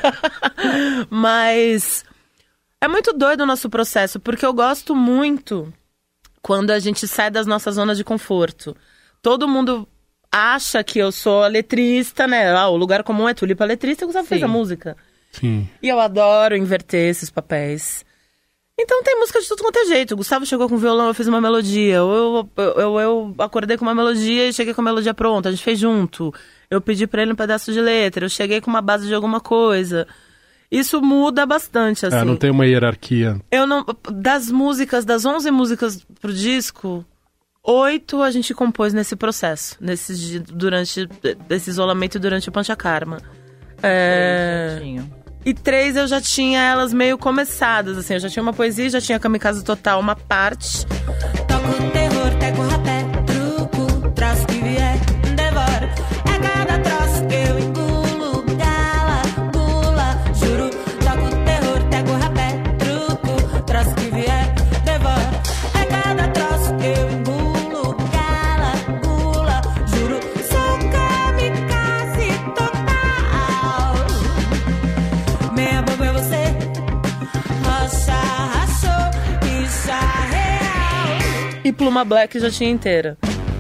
Mas é muito doido o nosso processo, porque eu gosto muito quando a gente sai das nossas zonas de conforto. Todo mundo acha que eu sou a letrista, né? Ah, o lugar comum é Tulipa letrista, o Gustavo fez a música. Sim. E eu adoro inverter esses papéis. Então tem música de tudo quanto é jeito. O Gustavo chegou com violão, eu fiz uma melodia. Eu, eu, eu, eu acordei com uma melodia e cheguei com a melodia pronta. A gente fez junto. Eu pedi pra ele um pedaço de letra. Eu cheguei com uma base de alguma coisa. Isso muda bastante, assim. É, não tem uma hierarquia. Eu não... Das músicas, das onze músicas pro disco, oito a gente compôs nesse processo. Nesse, durante, desse isolamento durante o Panchakarma. É... E três eu já tinha elas meio começadas, assim. Eu já tinha uma poesia, já tinha Kamikaze Total, uma parte. Toco terror, teco rapé, truco, traço que vier, devoro. É cada troço que eu engulo, gala, gula, juro. Toco terror, teco rapé, truco, traço que vier, devoro. É cada troço que eu engulo, gala, gula, juro. Sou kamikaze total. Meia boca é você, rocha, rachou, bicha real. E Pluma Black já tinha inteira.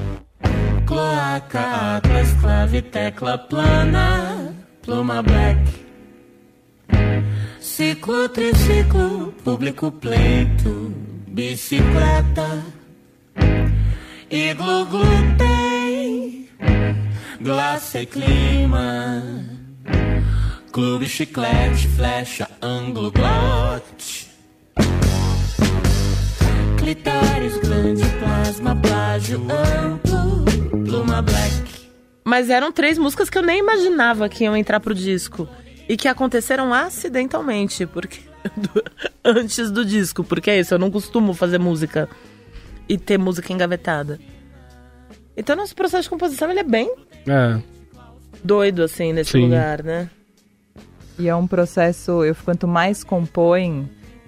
Cloaca, atlas, clave, tecla plana, Pluma Black. Ciclo, triciclo, público pleito, bicicleta. Iglu, glúten, glace, clima. Clube, chiclete, flecha, ângulo, glote. Clitóris, glande, plasma, plágio, amplo, Pluma Black. Mas eram três músicas que eu nem imaginava que iam entrar pro disco. E que aconteceram acidentalmente, porque antes do disco. Porque é isso, eu não costumo fazer música e ter música engavetada. Então nosso processo de composição, ele é bem É. doido, assim, nesse Sim. lugar, né? E é um processo, eu quanto mais compõe,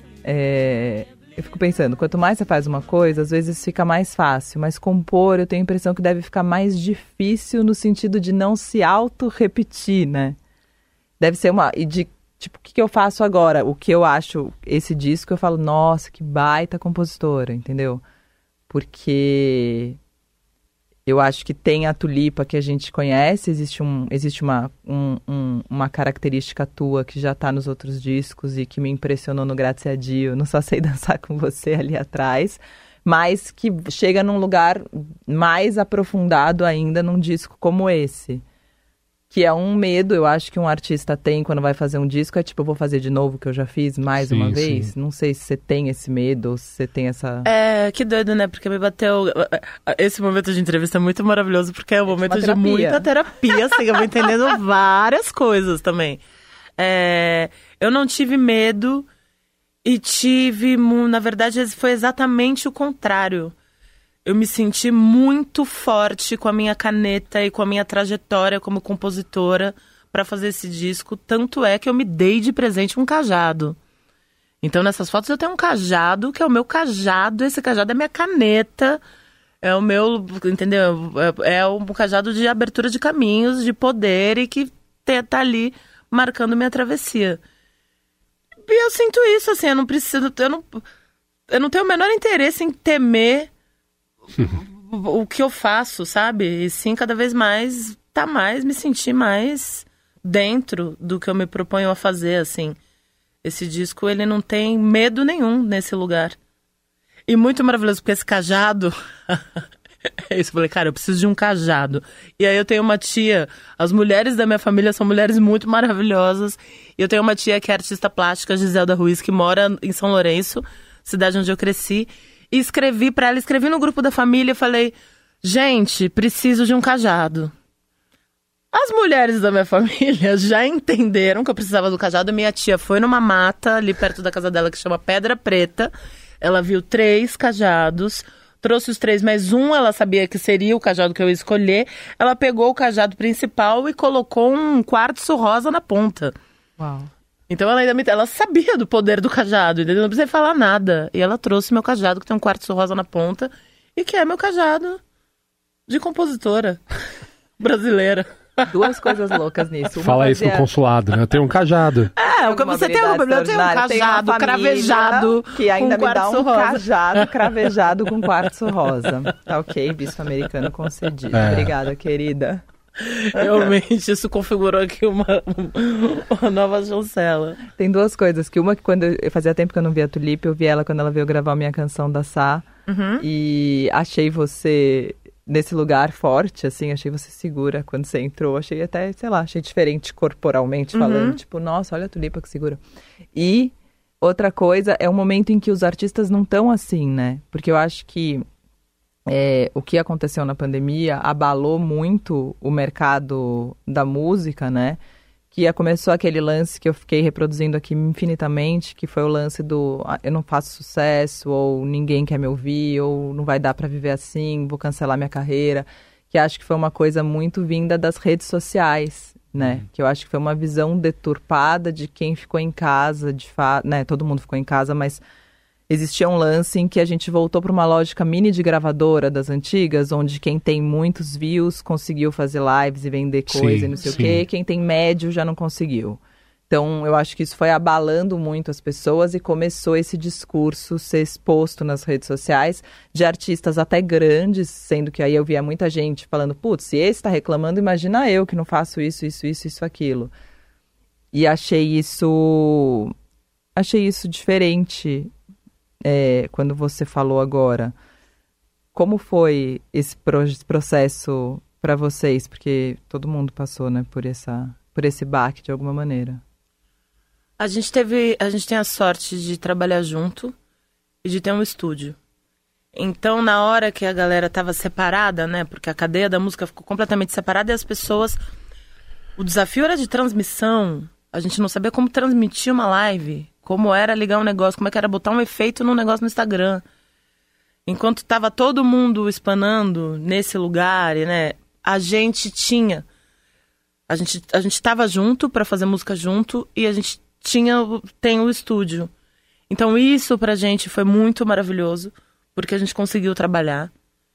é, eu fico pensando, quanto mais você faz uma coisa, às vezes fica mais fácil, mas compor eu tenho a impressão que deve ficar mais difícil no sentido de não se auto-repetir, né? Deve ser uma... E de, tipo, o que, que eu faço agora? O que eu acho, esse disco, eu falo, nossa, que baita compositora, entendeu? Porque... Eu acho que tem a Tulipa que a gente conhece, existe, um, existe uma, um, um, uma característica tua que já está nos outros discos e que me impressionou no Grazie a Dio, não Só Sei Dançar Com Você ali atrás, mas que chega num lugar mais aprofundado ainda num disco como esse. Que é um medo, eu acho que um artista tem quando vai fazer um disco, é tipo, eu vou fazer de novo o que eu já fiz mais Sim, uma vez. sim. Não sei se você tem esse medo ou se você tem essa... É, que doido, né? Porque me bateu... Esse momento de entrevista é muito maravilhoso, porque é um momento uma de terapia. muita terapia, assim, eu vou entendendo várias coisas também. É, eu não tive medo e tive... Na verdade, foi exatamente o contrário. Eu me senti muito forte com a minha caneta e com a minha trajetória como compositora para fazer esse disco. Tanto é que eu me dei de presente um cajado. Então, nessas fotos eu tenho um cajado, que é o meu cajado. Esse cajado é minha caneta. É o meu, entendeu? É, é um cajado de abertura de caminhos, de poder e que tá ali marcando minha travessia. E eu sinto isso, assim, eu não preciso... Eu não, eu não tenho o menor interesse em temer... o que eu faço, sabe? E sim, cada vez mais, tá mais, me sentir mais dentro do que eu me proponho a fazer, assim. Esse disco, ele não tem medo nenhum nesse lugar. E muito maravilhoso, porque esse cajado... é isso, eu falei, cara, eu preciso de um cajado. E aí eu tenho uma tia, as mulheres da minha família são mulheres muito maravilhosas. E eu tenho uma tia que é artista plástica, Giselda Ruiz, que mora em São Lourenço, cidade onde eu cresci. E escrevi pra ela, escrevi no grupo da família e falei, gente, preciso de um cajado. As mulheres da minha família já entenderam que eu precisava do cajado. Minha tia foi numa mata ali perto da casa dela que chama Pedra Preta. Ela viu três cajados, trouxe os três, mas um ela sabia que seria o cajado que eu ia escolher. Ela pegou o cajado principal e colocou um quartzo rosa na ponta. Uau. Então ela ainda me... ela sabia do poder do cajado, entendeu? Não precisei falar nada. E ela trouxe meu cajado que tem um quartzo rosa na ponta e que é meu cajado de compositora brasileira. Duas coisas loucas nisso. Uma Fala isso fazia... no consulado, né? Eu tenho um cajado. É, o que você tem algum problema? Eu tenho um cajado cravejado que ainda com me dá um rosa. cajado cravejado com quartzo rosa. Tá ok, bispo americano concedido. É. Obrigada, querida. Realmente, isso configurou aqui uma, uma nova chancela. Tem duas coisas, que uma que quando eu, fazia tempo que eu não via a Tulipe, eu vi ela quando ela veio gravar a minha canção da Sá. Uhum. E achei você nesse lugar forte, assim, achei você segura quando você entrou. Achei até, sei lá, achei diferente corporalmente falando. Uhum. Tipo, nossa, olha a Tulipa que segura. E outra coisa é um momento em que os artistas não estão assim, né? Porque eu acho que É, o que aconteceu na pandemia abalou muito o mercado da música, né? Que começou aquele lance que eu fiquei reproduzindo aqui infinitamente, que foi o lance do ah, eu não faço sucesso, ou ninguém quer me ouvir, ou não vai dar para viver assim, vou cancelar minha carreira. Que acho que foi uma coisa muito vinda das redes sociais, né? Uhum. Que eu acho que foi uma visão deturpada de quem ficou em casa, de fato, né? Todo mundo ficou em casa, mas existia um lance em que a gente voltou para uma lógica mini de gravadora das antigas, onde quem tem muitos views conseguiu fazer lives e vender coisa sim, e não sei sim. o quê, quem tem médio já não conseguiu. Então, eu acho que isso foi abalando muito as pessoas e começou esse discurso ser exposto nas redes sociais de artistas até grandes, sendo que aí eu via muita gente falando, putz, se esse está reclamando, imagina eu que não faço isso, isso, isso, isso, aquilo. E achei isso... Achei isso diferente... É, quando você falou agora, como foi esse pro- processo para vocês? Porque todo mundo passou, né, por, essa, por esse baque de alguma maneira. A gente teve, a gente tem a sorte de trabalhar junto e de ter um estúdio. Então, na hora que a galera tava separada, né, porque a cadeia da música ficou completamente separada e as pessoas... O desafio era de transmissão. A gente não sabia como transmitir uma live, como era ligar um negócio, como é que era botar um efeito num negócio no Instagram. Enquanto tava todo mundo espanando nesse lugar, né, a gente tinha... A gente a gente tava junto para fazer música junto e a gente tinha tem o estúdio. Então isso pra gente foi muito maravilhoso, porque a gente conseguiu trabalhar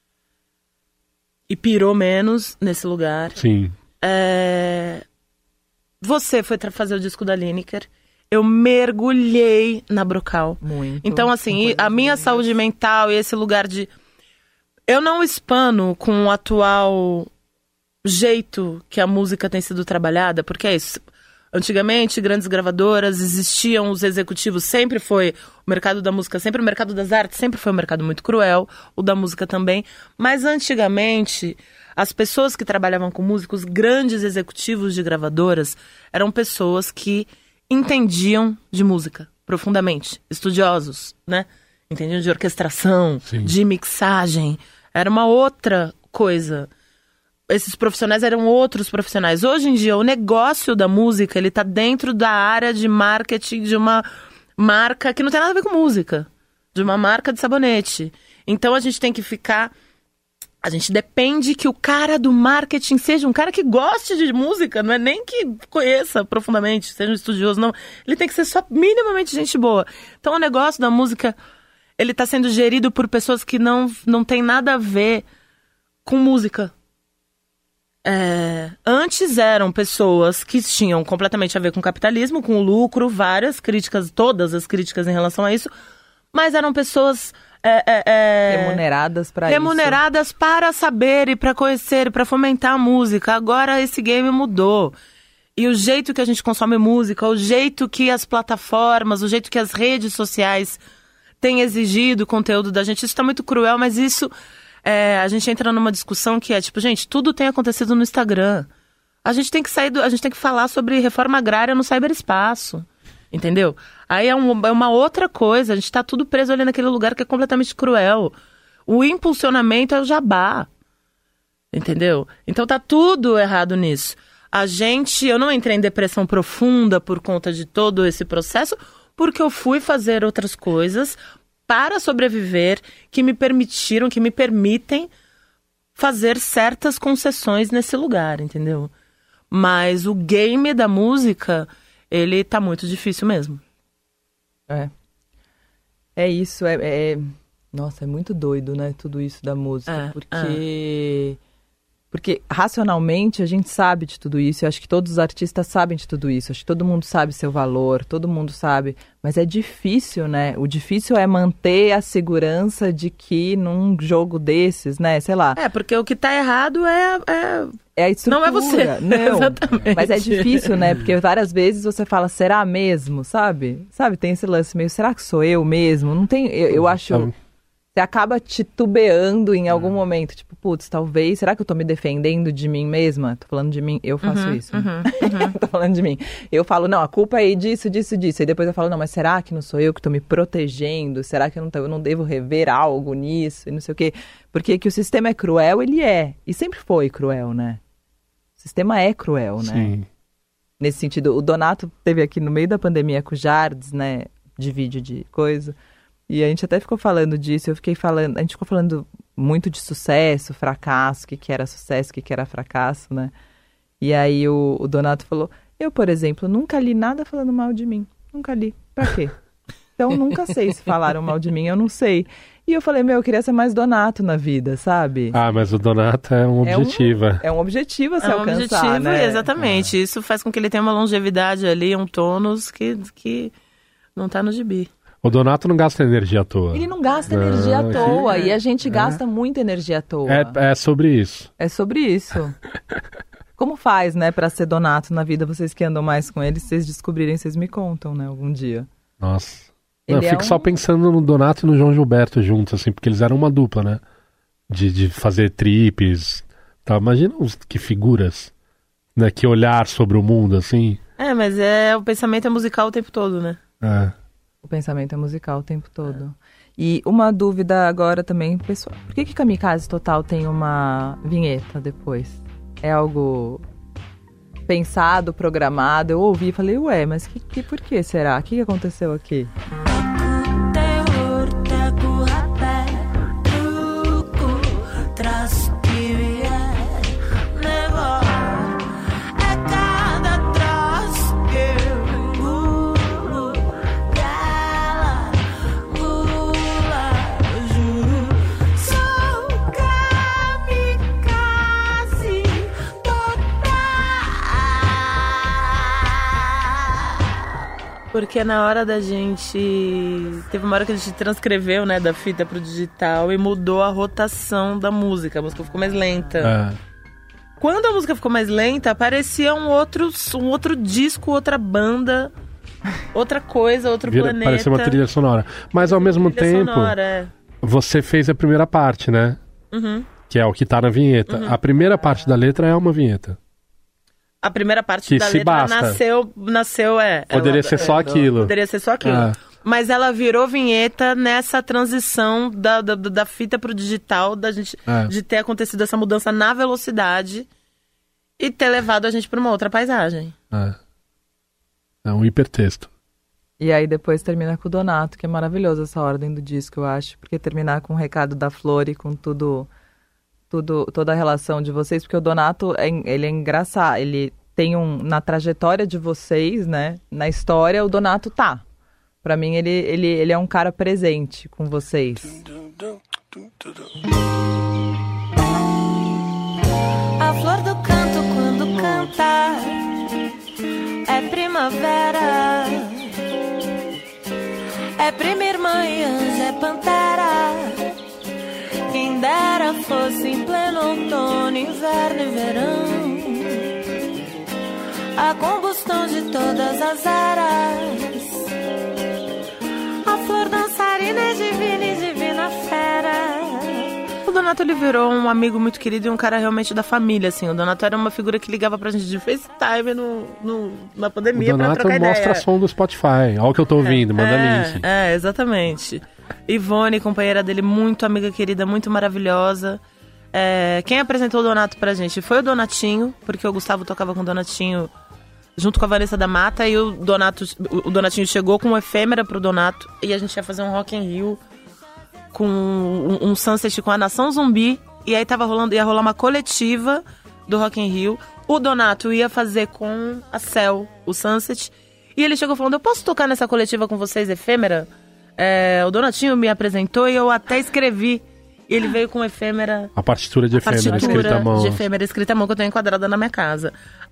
e pirou menos nesse lugar. Sim. É... Você foi tra- fazer o disco da Lineker. Eu mergulhei na Brocal. Muito. Então, assim, a minha saúde mental e esse lugar de... Eu não espano com o atual jeito que a música tem sido trabalhada, porque é isso. Antigamente, grandes gravadoras, existiam os executivos, sempre foi o mercado da música, sempre o mercado das artes, sempre foi um mercado muito cruel, o da música também. Mas antigamente, as pessoas que trabalhavam com músicos, grandes executivos de gravadoras, eram pessoas que entendiam de música profundamente, estudiosos, né? Entendiam de orquestração, Sim. de mixagem. Era uma outra coisa. Esses profissionais eram outros profissionais. Hoje em dia, o negócio da música, ele tá dentro da área de marketing de uma marca que não tem nada a ver com música. De uma marca de sabonete. Então, a gente tem que ficar... A gente depende que o cara do marketing seja um cara que goste de música, não é nem que conheça profundamente, seja um estudioso, não. Ele tem que ser só minimamente gente boa. Então, o negócio da música, ele tá sendo gerido por pessoas que não, não tem nada a ver com música. É, antes eram pessoas que tinham completamente a ver com capitalismo, com lucro, várias críticas, todas as críticas em relação a isso, mas eram pessoas... É, é, é, remuneradas para isso. Remuneradas para saber e para conhecer e para fomentar a música. Agora esse game mudou. E o jeito que a gente consome música, o jeito que as plataformas, o jeito que as redes sociais têm exigido o conteúdo da gente, isso tá muito cruel, mas isso... É, a gente entra numa discussão que é tipo, gente, tudo tem acontecido no Instagram. A gente tem que sair do, a gente tem que falar sobre reforma agrária no cyberespaço. Entendeu? Aí é, um, é uma outra coisa, a gente tá tudo preso ali naquele lugar que é completamente cruel. O impulsionamento é o jabá. Entendeu? Então tá tudo errado nisso. A gente, eu não entrei em depressão profunda por conta de todo esse processo, porque eu fui fazer outras coisas para sobreviver, que me permitiram, que me permitem fazer certas concessões nesse lugar, entendeu? Mas o game da música, ele tá muito difícil mesmo. É. É isso, é, é... Nossa, é muito doido, né, tudo isso da música, É, porque... Porque racionalmente a gente sabe de tudo isso, eu acho que todos os artistas sabem de tudo isso, acho que todo mundo sabe seu valor, todo mundo sabe, mas é difícil, né? O difícil é manter a segurança de que num jogo desses, né, sei lá... É, porque o que tá errado é... é... É a estrutura. Não é você. Não, Exatamente. Mas é difícil, né? Porque várias vezes você fala, será mesmo, sabe? Sabe, tem esse lance meio, será que sou eu mesmo? Não tem, eu, eu acho... Você acaba titubeando em algum momento, tipo, putz, talvez, será que eu tô me defendendo de mim mesma? Tô falando de mim, eu faço Uhum, isso. uhum, uhum. Tô falando de mim. Eu falo, não, a culpa é disso, disso, disso. E depois eu falo, não, mas será que não sou eu que tô me protegendo? Será que eu não, tô, eu não devo rever algo nisso? E não sei o quê. Porque que o sistema é cruel, ele é. E sempre foi cruel, né? O sistema é cruel, né? Sim. Nesse sentido, o Donato teve aqui no meio da pandemia com o Jardes, né? De vídeo de coisa... E a gente até ficou falando disso, eu fiquei falando, a gente ficou falando muito de sucesso, fracasso, o que, que era sucesso, o que, que era fracasso, né? E aí o, o Donato falou, eu, por exemplo, nunca li nada falando mal de mim, nunca li, pra quê? Então nunca sei se falaram mal de mim, eu não sei. E eu falei, meu, eu queria ser mais Donato na vida, sabe? Ah, mas o Donato é um É objetivo. um, é um objetivo a se É um alcançar, objetivo, né? exatamente. Isso faz com que ele tenha uma longevidade ali, um tônus que, que não tá no gibi. O Donato não gasta energia à toa. Ele não gasta energia à Não, toa, que- e a gente é. gasta muita energia à toa. É, é sobre isso. É sobre isso. Como faz, né, pra ser Donato na vida? Vocês que andam mais com ele, se vocês descobrirem, vocês me contam, né, algum dia. Nossa. Não, Ele eu é fico um- só pensando no Donato e no João Gilberto juntos, assim, porque eles eram uma dupla, né? De, de fazer trips. Tá? Imagina os, que figuras, né? Que olhar sobre o mundo, assim. É, mas é, o pensamento é musical o tempo todo, né? É. O pensamento é musical o tempo todo. E uma dúvida agora também, pessoal. Por que que Kamikaze Total tem uma vinheta depois? É algo pensado, programado? Eu ouvi e falei, ué, mas que, que, por que será? O que, que aconteceu aqui? Porque na hora da gente... Teve uma hora que a gente transcreveu, né, da fita pro digital e mudou a rotação da música. A música ficou mais lenta. É. Quando a música ficou mais lenta, aparecia um outro, um outro disco, outra banda, outra coisa, outro Vira, planeta. parecia uma trilha sonora. Mas ao mesmo Trilha tempo, sonora, é. você fez a primeira parte, né? Uhum. Que é o que tá na vinheta. A primeira parte da letra é uma vinheta. A primeira parte Que da se letra basta. nasceu, nasceu, é... Poderia ela- ser só é, aquilo. Poderia ser só aquilo. Ah. Mas ela virou vinheta nessa transição da, da, da fita pro digital, da gente, É. de ter acontecido essa mudança na velocidade e ter levado a gente pra uma outra paisagem. É. É um hipertexto. E aí depois termina com o Donato, que é maravilhoso essa ordem do disco, eu acho. Porque terminar com o recado da Flor e com tudo, tudo toda a relação de vocês. Porque o Donato, é, ele é engraçado. Ele tem um... Na trajetória de vocês, né? Na história, o Donato tá. Pra mim, ele, ele, ele é um cara presente com vocês. A flor do canto quando canta é primavera, é prima irmã e anjo, é pantera. Quem dera fosse em pleno outono, inverno e verão, a combustão de todas as eras. A flor dançarina é divina e divina fera. O Donato, ele virou um amigo muito querido e um cara realmente da família, assim. O Donato era uma figura que ligava pra gente de FaceTime no, no, na O pandemia pra Donato trocar mostra ideia. som do Spotify. Olha o que eu tô ouvindo, manda é, link. É, exatamente. Ivone, companheira dele, muito amiga querida, muito maravilhosa. É, quem apresentou o Donato pra gente foi o Donatinho, porque o Gustavo tocava com o Donatinho junto com a Vanessa da Mata, e o, Donato, o Donatinho chegou com uma efêmera pro Donato, e a gente ia fazer um Rock in Rio com um, um sunset com a Nação Zumbi, e aí tava rolando, ia rolar uma coletiva do Rock in Rio. O Donato ia fazer com a Cel, o sunset, e ele chegou falando, eu posso tocar nessa coletiva com vocês, efêmera? É, o Donatinho me apresentou e eu até escrevi. E ele veio com efêmera... A partitura de efêmera partitura escrita à mão. de efêmera escrita à mão que eu tenho enquadrada na minha casa.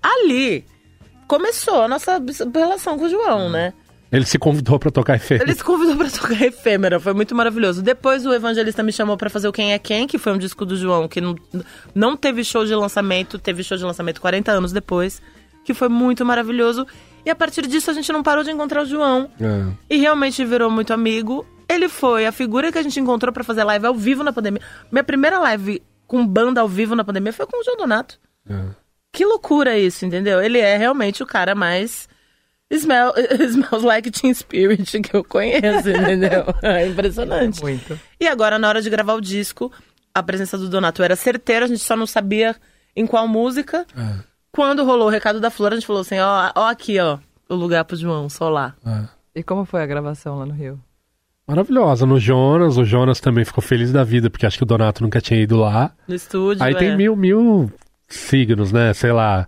Ali começou a nossa relação com o João, né? Ele se convidou pra tocar efêmera. Ele se convidou pra tocar efêmera, foi muito maravilhoso. Depois o Evangelista me chamou pra fazer o Quem é Quem, que foi um disco do João, que não, não teve show de lançamento, teve show de lançamento quarenta anos depois, que foi muito maravilhoso. E a partir disso a gente não parou de encontrar o João. É. E realmente virou muito amigo. Ele foi a figura que a gente encontrou pra fazer live ao vivo na pandemia. Minha primeira live com banda ao vivo na pandemia foi com o João Donato. É. Que loucura isso, entendeu? Ele é realmente o cara mais smell, smells like Teen Spirit que eu conheço, entendeu? É impressionante. Muito. E agora, na hora de gravar o disco, a presença do Donato era certeira, a gente só não sabia em qual música. É. Quando rolou o recado da Flor, a gente falou assim, ó, ó aqui, ó, o lugar pro João, só lá. É. E como foi a gravação lá no Rio? Maravilhosa, no Jonas, o Jonas também ficou feliz da vida, porque acho que o Donato nunca tinha ido lá. No estúdio, Aí é. tem mil, mil signos, né, sei lá.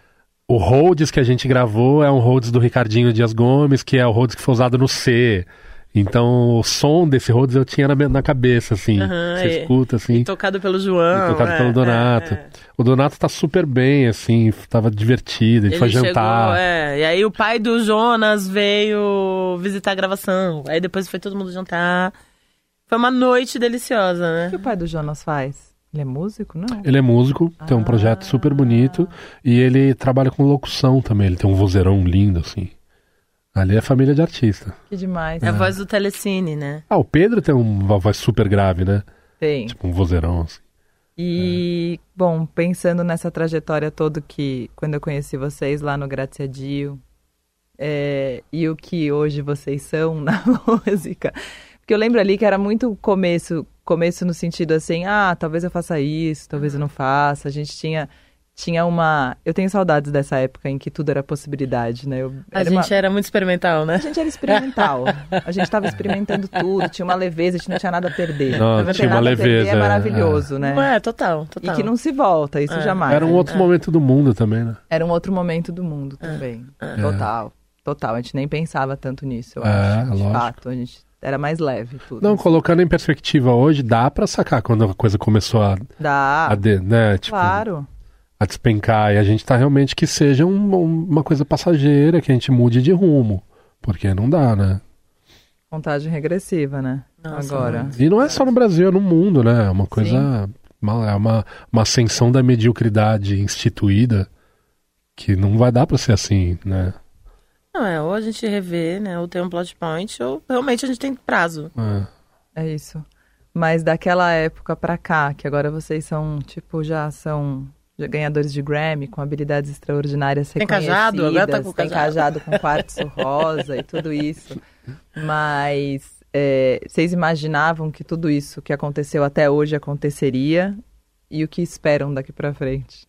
O Rhodes que a gente gravou é um Rhodes do Ricardinho Dias Gomes, que é o Rhodes que foi usado no C. Então o som desse Rhodes eu tinha na, na cabeça, assim. Uhum, Você e, escuta, assim. E tocado pelo João. E tocado é, pelo Donato. É, é. O Donato tá super bem, assim, tava divertido, a gente Ele foi chegou, jantar. É, e aí o pai do Jonas veio visitar a gravação. Aí depois foi todo mundo jantar. Foi uma noite deliciosa, né? O que o pai do Jonas faz? Ele é músico, não? Ele é músico, ah. tem um projeto super bonito. E ele trabalha com locução também, ele tem um vozeirão lindo, assim. Ali é família de artista. Que demais. É a voz do Telecine, né? Ah, o Pedro tem uma voz super grave, né? Tem. Tipo um vozeirão, assim. E, é. bom, pensando nessa trajetória toda que, quando eu conheci vocês lá no Grazie a Dio, é, e o que hoje vocês são na música, porque eu lembro ali que era muito começo, começo no sentido assim, ah, talvez eu faça isso, talvez eu não faça, a gente tinha... Tinha uma... Eu tenho saudades dessa época em que tudo era possibilidade, né? Eu, a gente uma... era muito experimental, né? A gente era experimental. A gente estava experimentando tudo, tinha uma leveza, a gente não tinha nada a perder. Não, não tinha uma leveza. É maravilhoso, é. né? É, total, total. E que não se volta, isso é. jamais. Era um outro é. momento do mundo também, né? Era um outro momento do mundo também. É. Total, total. A gente nem pensava tanto nisso, eu é, acho. De lógico. fato, a gente... Era mais leve tudo. Não, assim. colocando em perspectiva hoje, dá pra sacar quando a coisa começou a... Dá, a de, né? tipo, claro. A despencar, e a gente tá realmente que seja um, uma coisa passageira, que a gente mude de rumo, porque não dá, né? Contagem regressiva, né? Nossa, agora. E não é só no Brasil, é no mundo, né? É uma coisa, uma, é uma, uma ascensão da mediocridade instituída que não vai dar pra ser assim, né? Não, é, ou a gente revê, né, ou tem um plot point, ou realmente a gente tem prazo. É, é isso. Mas daquela época pra cá, que agora vocês são, tipo, já são... ganhadores de Grammy, com habilidades extraordinárias reconhecidas. Tem cajado, agora tá com cajado. Tem cajado com quartzo rosa e tudo isso. Mas é, vocês imaginavam que tudo isso que aconteceu até hoje aconteceria? E o que esperam daqui pra frente?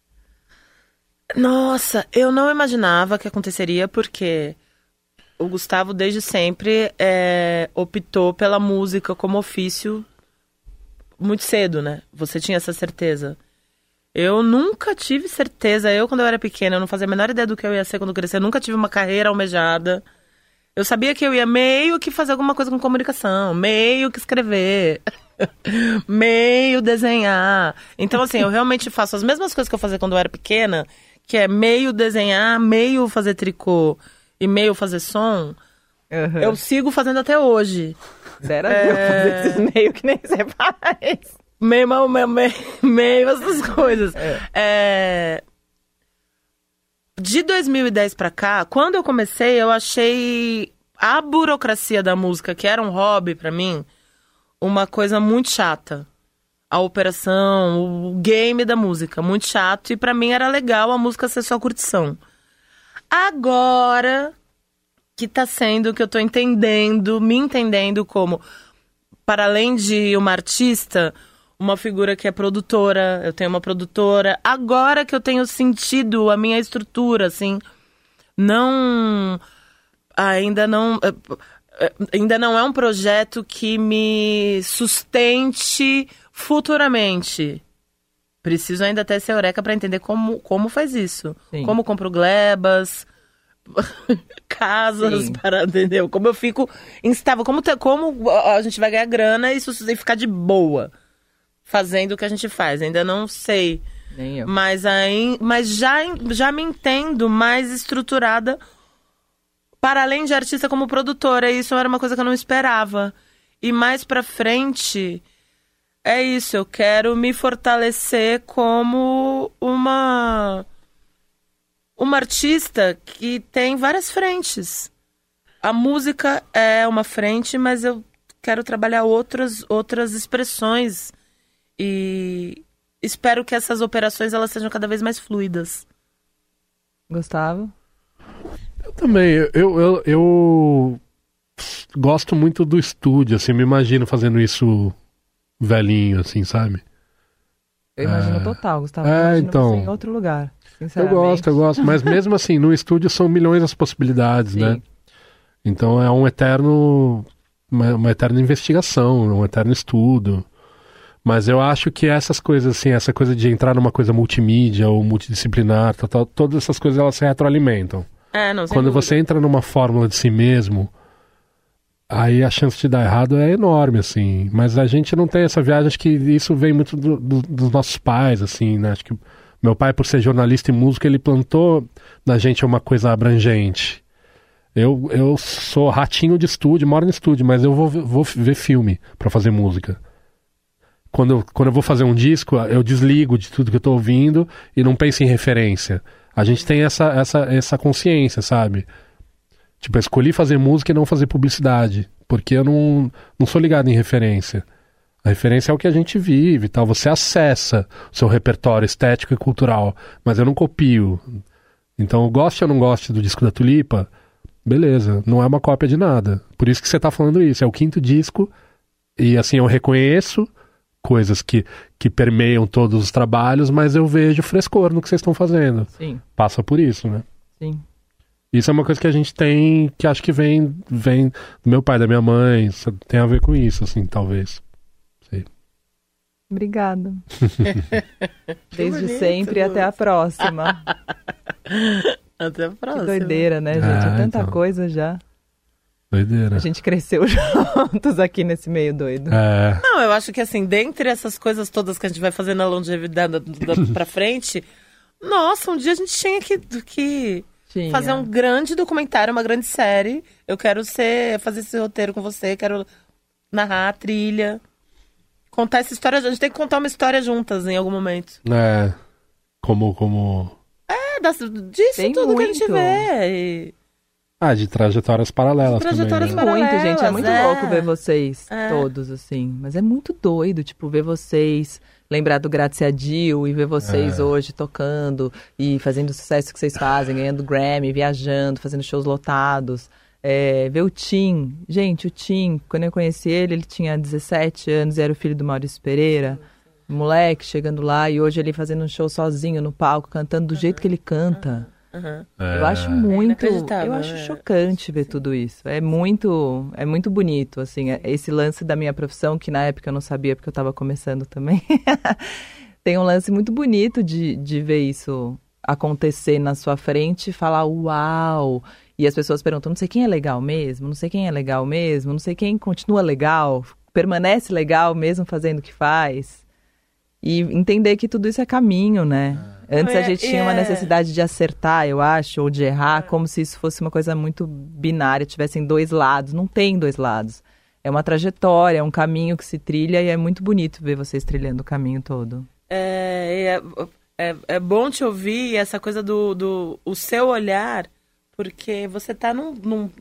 Nossa, eu não imaginava que aconteceria porque o Gustavo desde sempre é, optou pela música como ofício muito cedo, né? Você tinha essa certeza. Eu nunca tive certeza, eu quando eu era pequena, eu não fazia a menor ideia do que eu ia ser quando crescer, eu nunca tive uma carreira almejada. Eu sabia que eu ia meio que fazer alguma coisa com comunicação, meio que escrever, meio desenhar. Então, assim, eu realmente faço as mesmas coisas que eu fazia quando eu era pequena, que é meio desenhar, meio fazer tricô e meio fazer som. Uhum. Eu sigo fazendo até hoje. Será que é... eu fazer esses meio que nem você faz? Meio, meio, meio, meio essas coisas. É. É... De dois mil e dez pra cá, quando eu comecei, eu achei a burocracia da música, que era um hobby pra mim, uma coisa muito chata. A operação, o game da música, muito chato. E pra mim era legal a música ser só curtição. Agora que tá sendo, que eu tô entendendo, me entendendo como, para além de uma artista... uma figura que é produtora, eu tenho uma produtora. Agora que eu tenho sentido a minha estrutura, assim, não... Ainda não... Ainda não é um projeto que me sustente futuramente. Preciso ainda ter essa eureka para entender como, como faz isso. Sim. Como compro glebas, casas, Sim. para entender como eu fico instável, como, te, como a gente vai ganhar grana e, e ficar de boa fazendo o que a gente faz. Ainda não sei. Nem eu. Mas, aí, mas já, já me entendo mais estruturada para além de artista como produtora. Isso era uma coisa que eu não esperava. E mais pra frente, é isso. Eu quero me fortalecer como uma, uma artista que tem várias frentes. A música é uma frente, mas eu quero trabalhar outras, outras expressões. E espero que essas operações elas sejam cada vez mais fluidas. Gustavo? Eu também, eu, eu, eu gosto muito do estúdio, assim, me imagino fazendo isso velhinho, assim, sabe? Eu imagino é... total, Gustavo, é, eu imagino então, você em outro lugar, eu sinceramente. gosto, eu gosto, mas mesmo assim, no estúdio são milhões as possibilidades, Sim. né? Então é um eterno, uma, uma eterna investigação, um eterno estudo. Mas eu acho que essas coisas, assim, essa coisa de entrar numa coisa multimídia ou multidisciplinar, tal, tal, todas essas coisas elas se retroalimentam. É, não, Quando você entra numa fórmula de si mesmo, aí a chance de dar errado é enorme, assim. Mas a gente não tem essa viagem, acho que isso vem muito do, do, dos nossos pais, assim, né? Acho que meu pai, por ser jornalista e músico, ele plantou na gente uma coisa abrangente. Eu, eu sou ratinho de estúdio, moro no estúdio, mas eu vou, vou ver filme pra fazer música. Quando eu, quando eu vou fazer um disco, eu desligo de tudo que eu tô ouvindo e não penso em referência. A gente tem essa, essa, essa consciência, sabe? Tipo, eu escolhi fazer música e não fazer publicidade, porque eu não, não sou ligado em referência. A referência é o que a gente vive e tal. Você acessa o seu repertório estético e cultural, mas eu não copio. Então, goste ou não goste do disco da Tulipa, beleza, não é uma cópia de nada. Por isso que você tá falando isso, é o quinto disco e assim, eu reconheço coisas que, que permeiam todos os trabalhos, mas eu vejo frescor no que vocês estão fazendo. Sim. Passa por isso, né? Sim. Isso é uma coisa que a gente tem, que acho que vem, vem do meu pai, da minha mãe, tem a ver com isso, assim, talvez. Sei. Obrigada. Desde bonito, sempre e até a próxima. Até a próxima. Que doideira, né, gente? Ah, é tanta então. coisa já. Doideira. A gente cresceu juntos aqui nesse meio doido. É. Não, eu acho que assim, dentre essas coisas todas que a gente vai fazer na longevidade da, da, pra frente, nossa, um dia a gente tinha que, que tinha. fazer um grande documentário, uma grande série. Eu quero ser, fazer esse roteiro com você, quero narrar a trilha, contar essa história. A gente tem que contar uma história juntas em algum momento. É. Como, como... É, das, disso tem tudo muito. que a gente vê. E... Ah, de trajetórias paralelas De trajetórias também, né? Muito, gente. É muito é. louco ver vocês É. todos, assim. Mas é muito doido, tipo, ver vocês, lembrar do Graziadil e ver vocês É. hoje tocando e fazendo o sucesso que vocês fazem, ganhando Grammy, viajando, fazendo shows lotados. É, ver o Tim. Gente, o Tim, quando eu conheci ele, ele tinha dezessete anos e era o filho do Maurício Pereira. Moleque, chegando lá e hoje ele fazendo um show sozinho no palco, cantando do jeito que ele canta. Uhum. É. Eu acho muito, inacreditável, eu acho é. chocante ver tudo isso. É muito, é muito bonito, assim, é- esse lance da minha profissão, que na época eu não sabia porque eu estava começando também. Tem um lance muito bonito de, de ver isso acontecer na sua frente e falar, uau! E as pessoas perguntam, não sei quem é legal mesmo, não sei quem é legal mesmo, não sei quem continua legal, permanece legal mesmo fazendo o que faz. E entender que tudo isso é caminho, né? Antes a É, gente tinha uma é. necessidade de acertar, eu acho, ou de errar, como se isso fosse uma coisa muito binária, tivessem dois lados. Não tem dois lados. É uma trajetória, é um caminho que se trilha e é muito bonito ver vocês trilhando o caminho todo. É, é, é, é bom te ouvir essa coisa do, do o seu olhar, porque você tá num, num,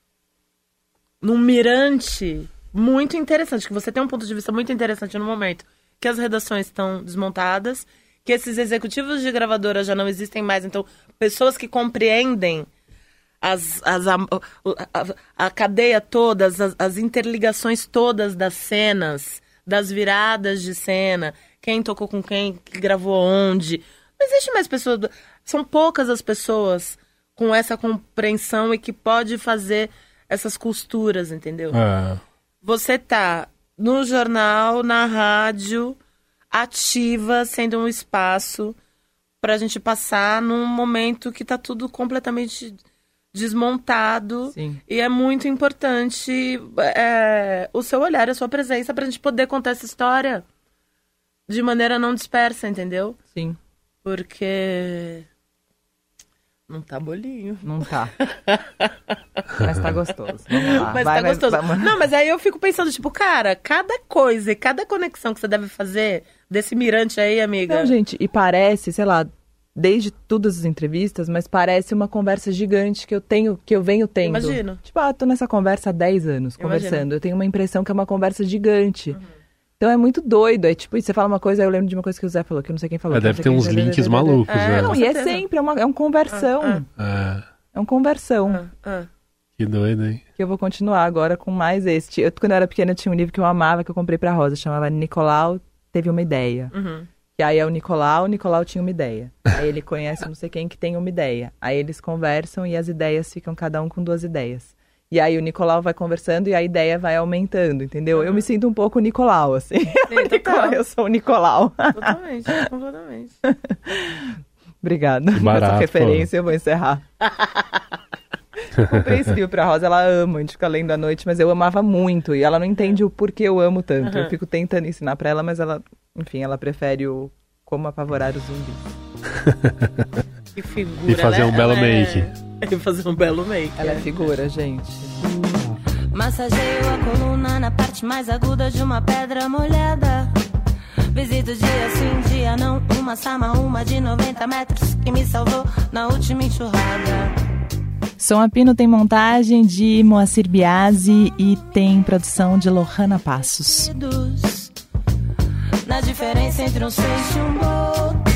num mirante muito interessante, que você tem um ponto de vista muito interessante no momento que as redações estão desmontadas, que esses executivos de gravadora já não existem mais, então pessoas que compreendem as, as, a, a, a cadeia toda, as, as interligações todas das cenas, das viradas de cena, quem tocou com quem, que gravou onde. Não existe mais pessoas... São poucas as pessoas com essa compreensão e que pode fazer essas costuras, entendeu? É. Você tá no jornal, na rádio, ativa, sendo um espaço pra gente passar num momento que tá tudo completamente desmontado. Sim. E é muito importante é, o seu olhar, a sua presença pra gente poder contar essa história de maneira não dispersa, entendeu? Sim. Porque não tá bolinho. Não tá. Mas tá gostoso. Vamos lá. Mas vai, tá vai, gostoso. vamos. Não, mas aí eu fico pensando, tipo, cara, cada coisa e cada conexão que você deve fazer desse mirante aí, amiga. Não, gente, e parece, sei lá, desde todas as entrevistas, mas parece uma conversa gigante que eu tenho, que eu venho tendo. Imagino. Tipo, ah, tô nessa conversa há dez anos, conversando. Imagino. Eu tenho uma impressão que é uma conversa gigante. Uhum. Então é muito doido. É tipo, você fala uma coisa, aí eu lembro de uma coisa que o Zé falou, que eu não sei quem falou. É, que não deve sei ter quem- uns links malucos, É, né? Não, com e é certeza. sempre, é, uma, é um conversão. Ah, É, É um conversão. Ah, ah. que doido, hein? Que eu vou continuar agora com mais este. Eu, quando eu era pequena, tinha um livro que eu amava, que eu comprei pra Rosa, chamava Nicolau Teve Uma Ideia. Uhum. E aí é o Nicolau, o Nicolau tinha uma ideia. Aí ele conhece não sei quem que tem uma ideia. Aí eles conversam e as ideias ficam cada um com duas ideias. E aí o Nicolau vai conversando e a ideia vai aumentando, entendeu? Uhum. Eu me sinto um pouco o Nicolau, assim. Sim, total. Eu sou o Nicolau. Totalmente, completamente. Obrigada por barato, essa referência, eu vou encerrar. Comprei esse livro pra Rosa, ela ama, a gente fica lendo à noite, mas eu amava muito. E ela não entende o porquê eu amo tanto. Uhum. Eu fico tentando ensinar pra ela, mas ela, enfim, ela prefere o Como Apavorar os Zumbis. Que figura. E fazer ela é- um belo ela é- make. E fazer um belo make. Ela é figura, gente. Massageio a coluna na parte mais aguda de uma pedra molhada. Visito dia sim, dia não, uma sama, uma de noventa metros que me salvou na última enxurrada. Som a Pino tem montagem de Moacir Biasi e tem produção de Lohana Passos. Na diferença entre um seixo e um boto.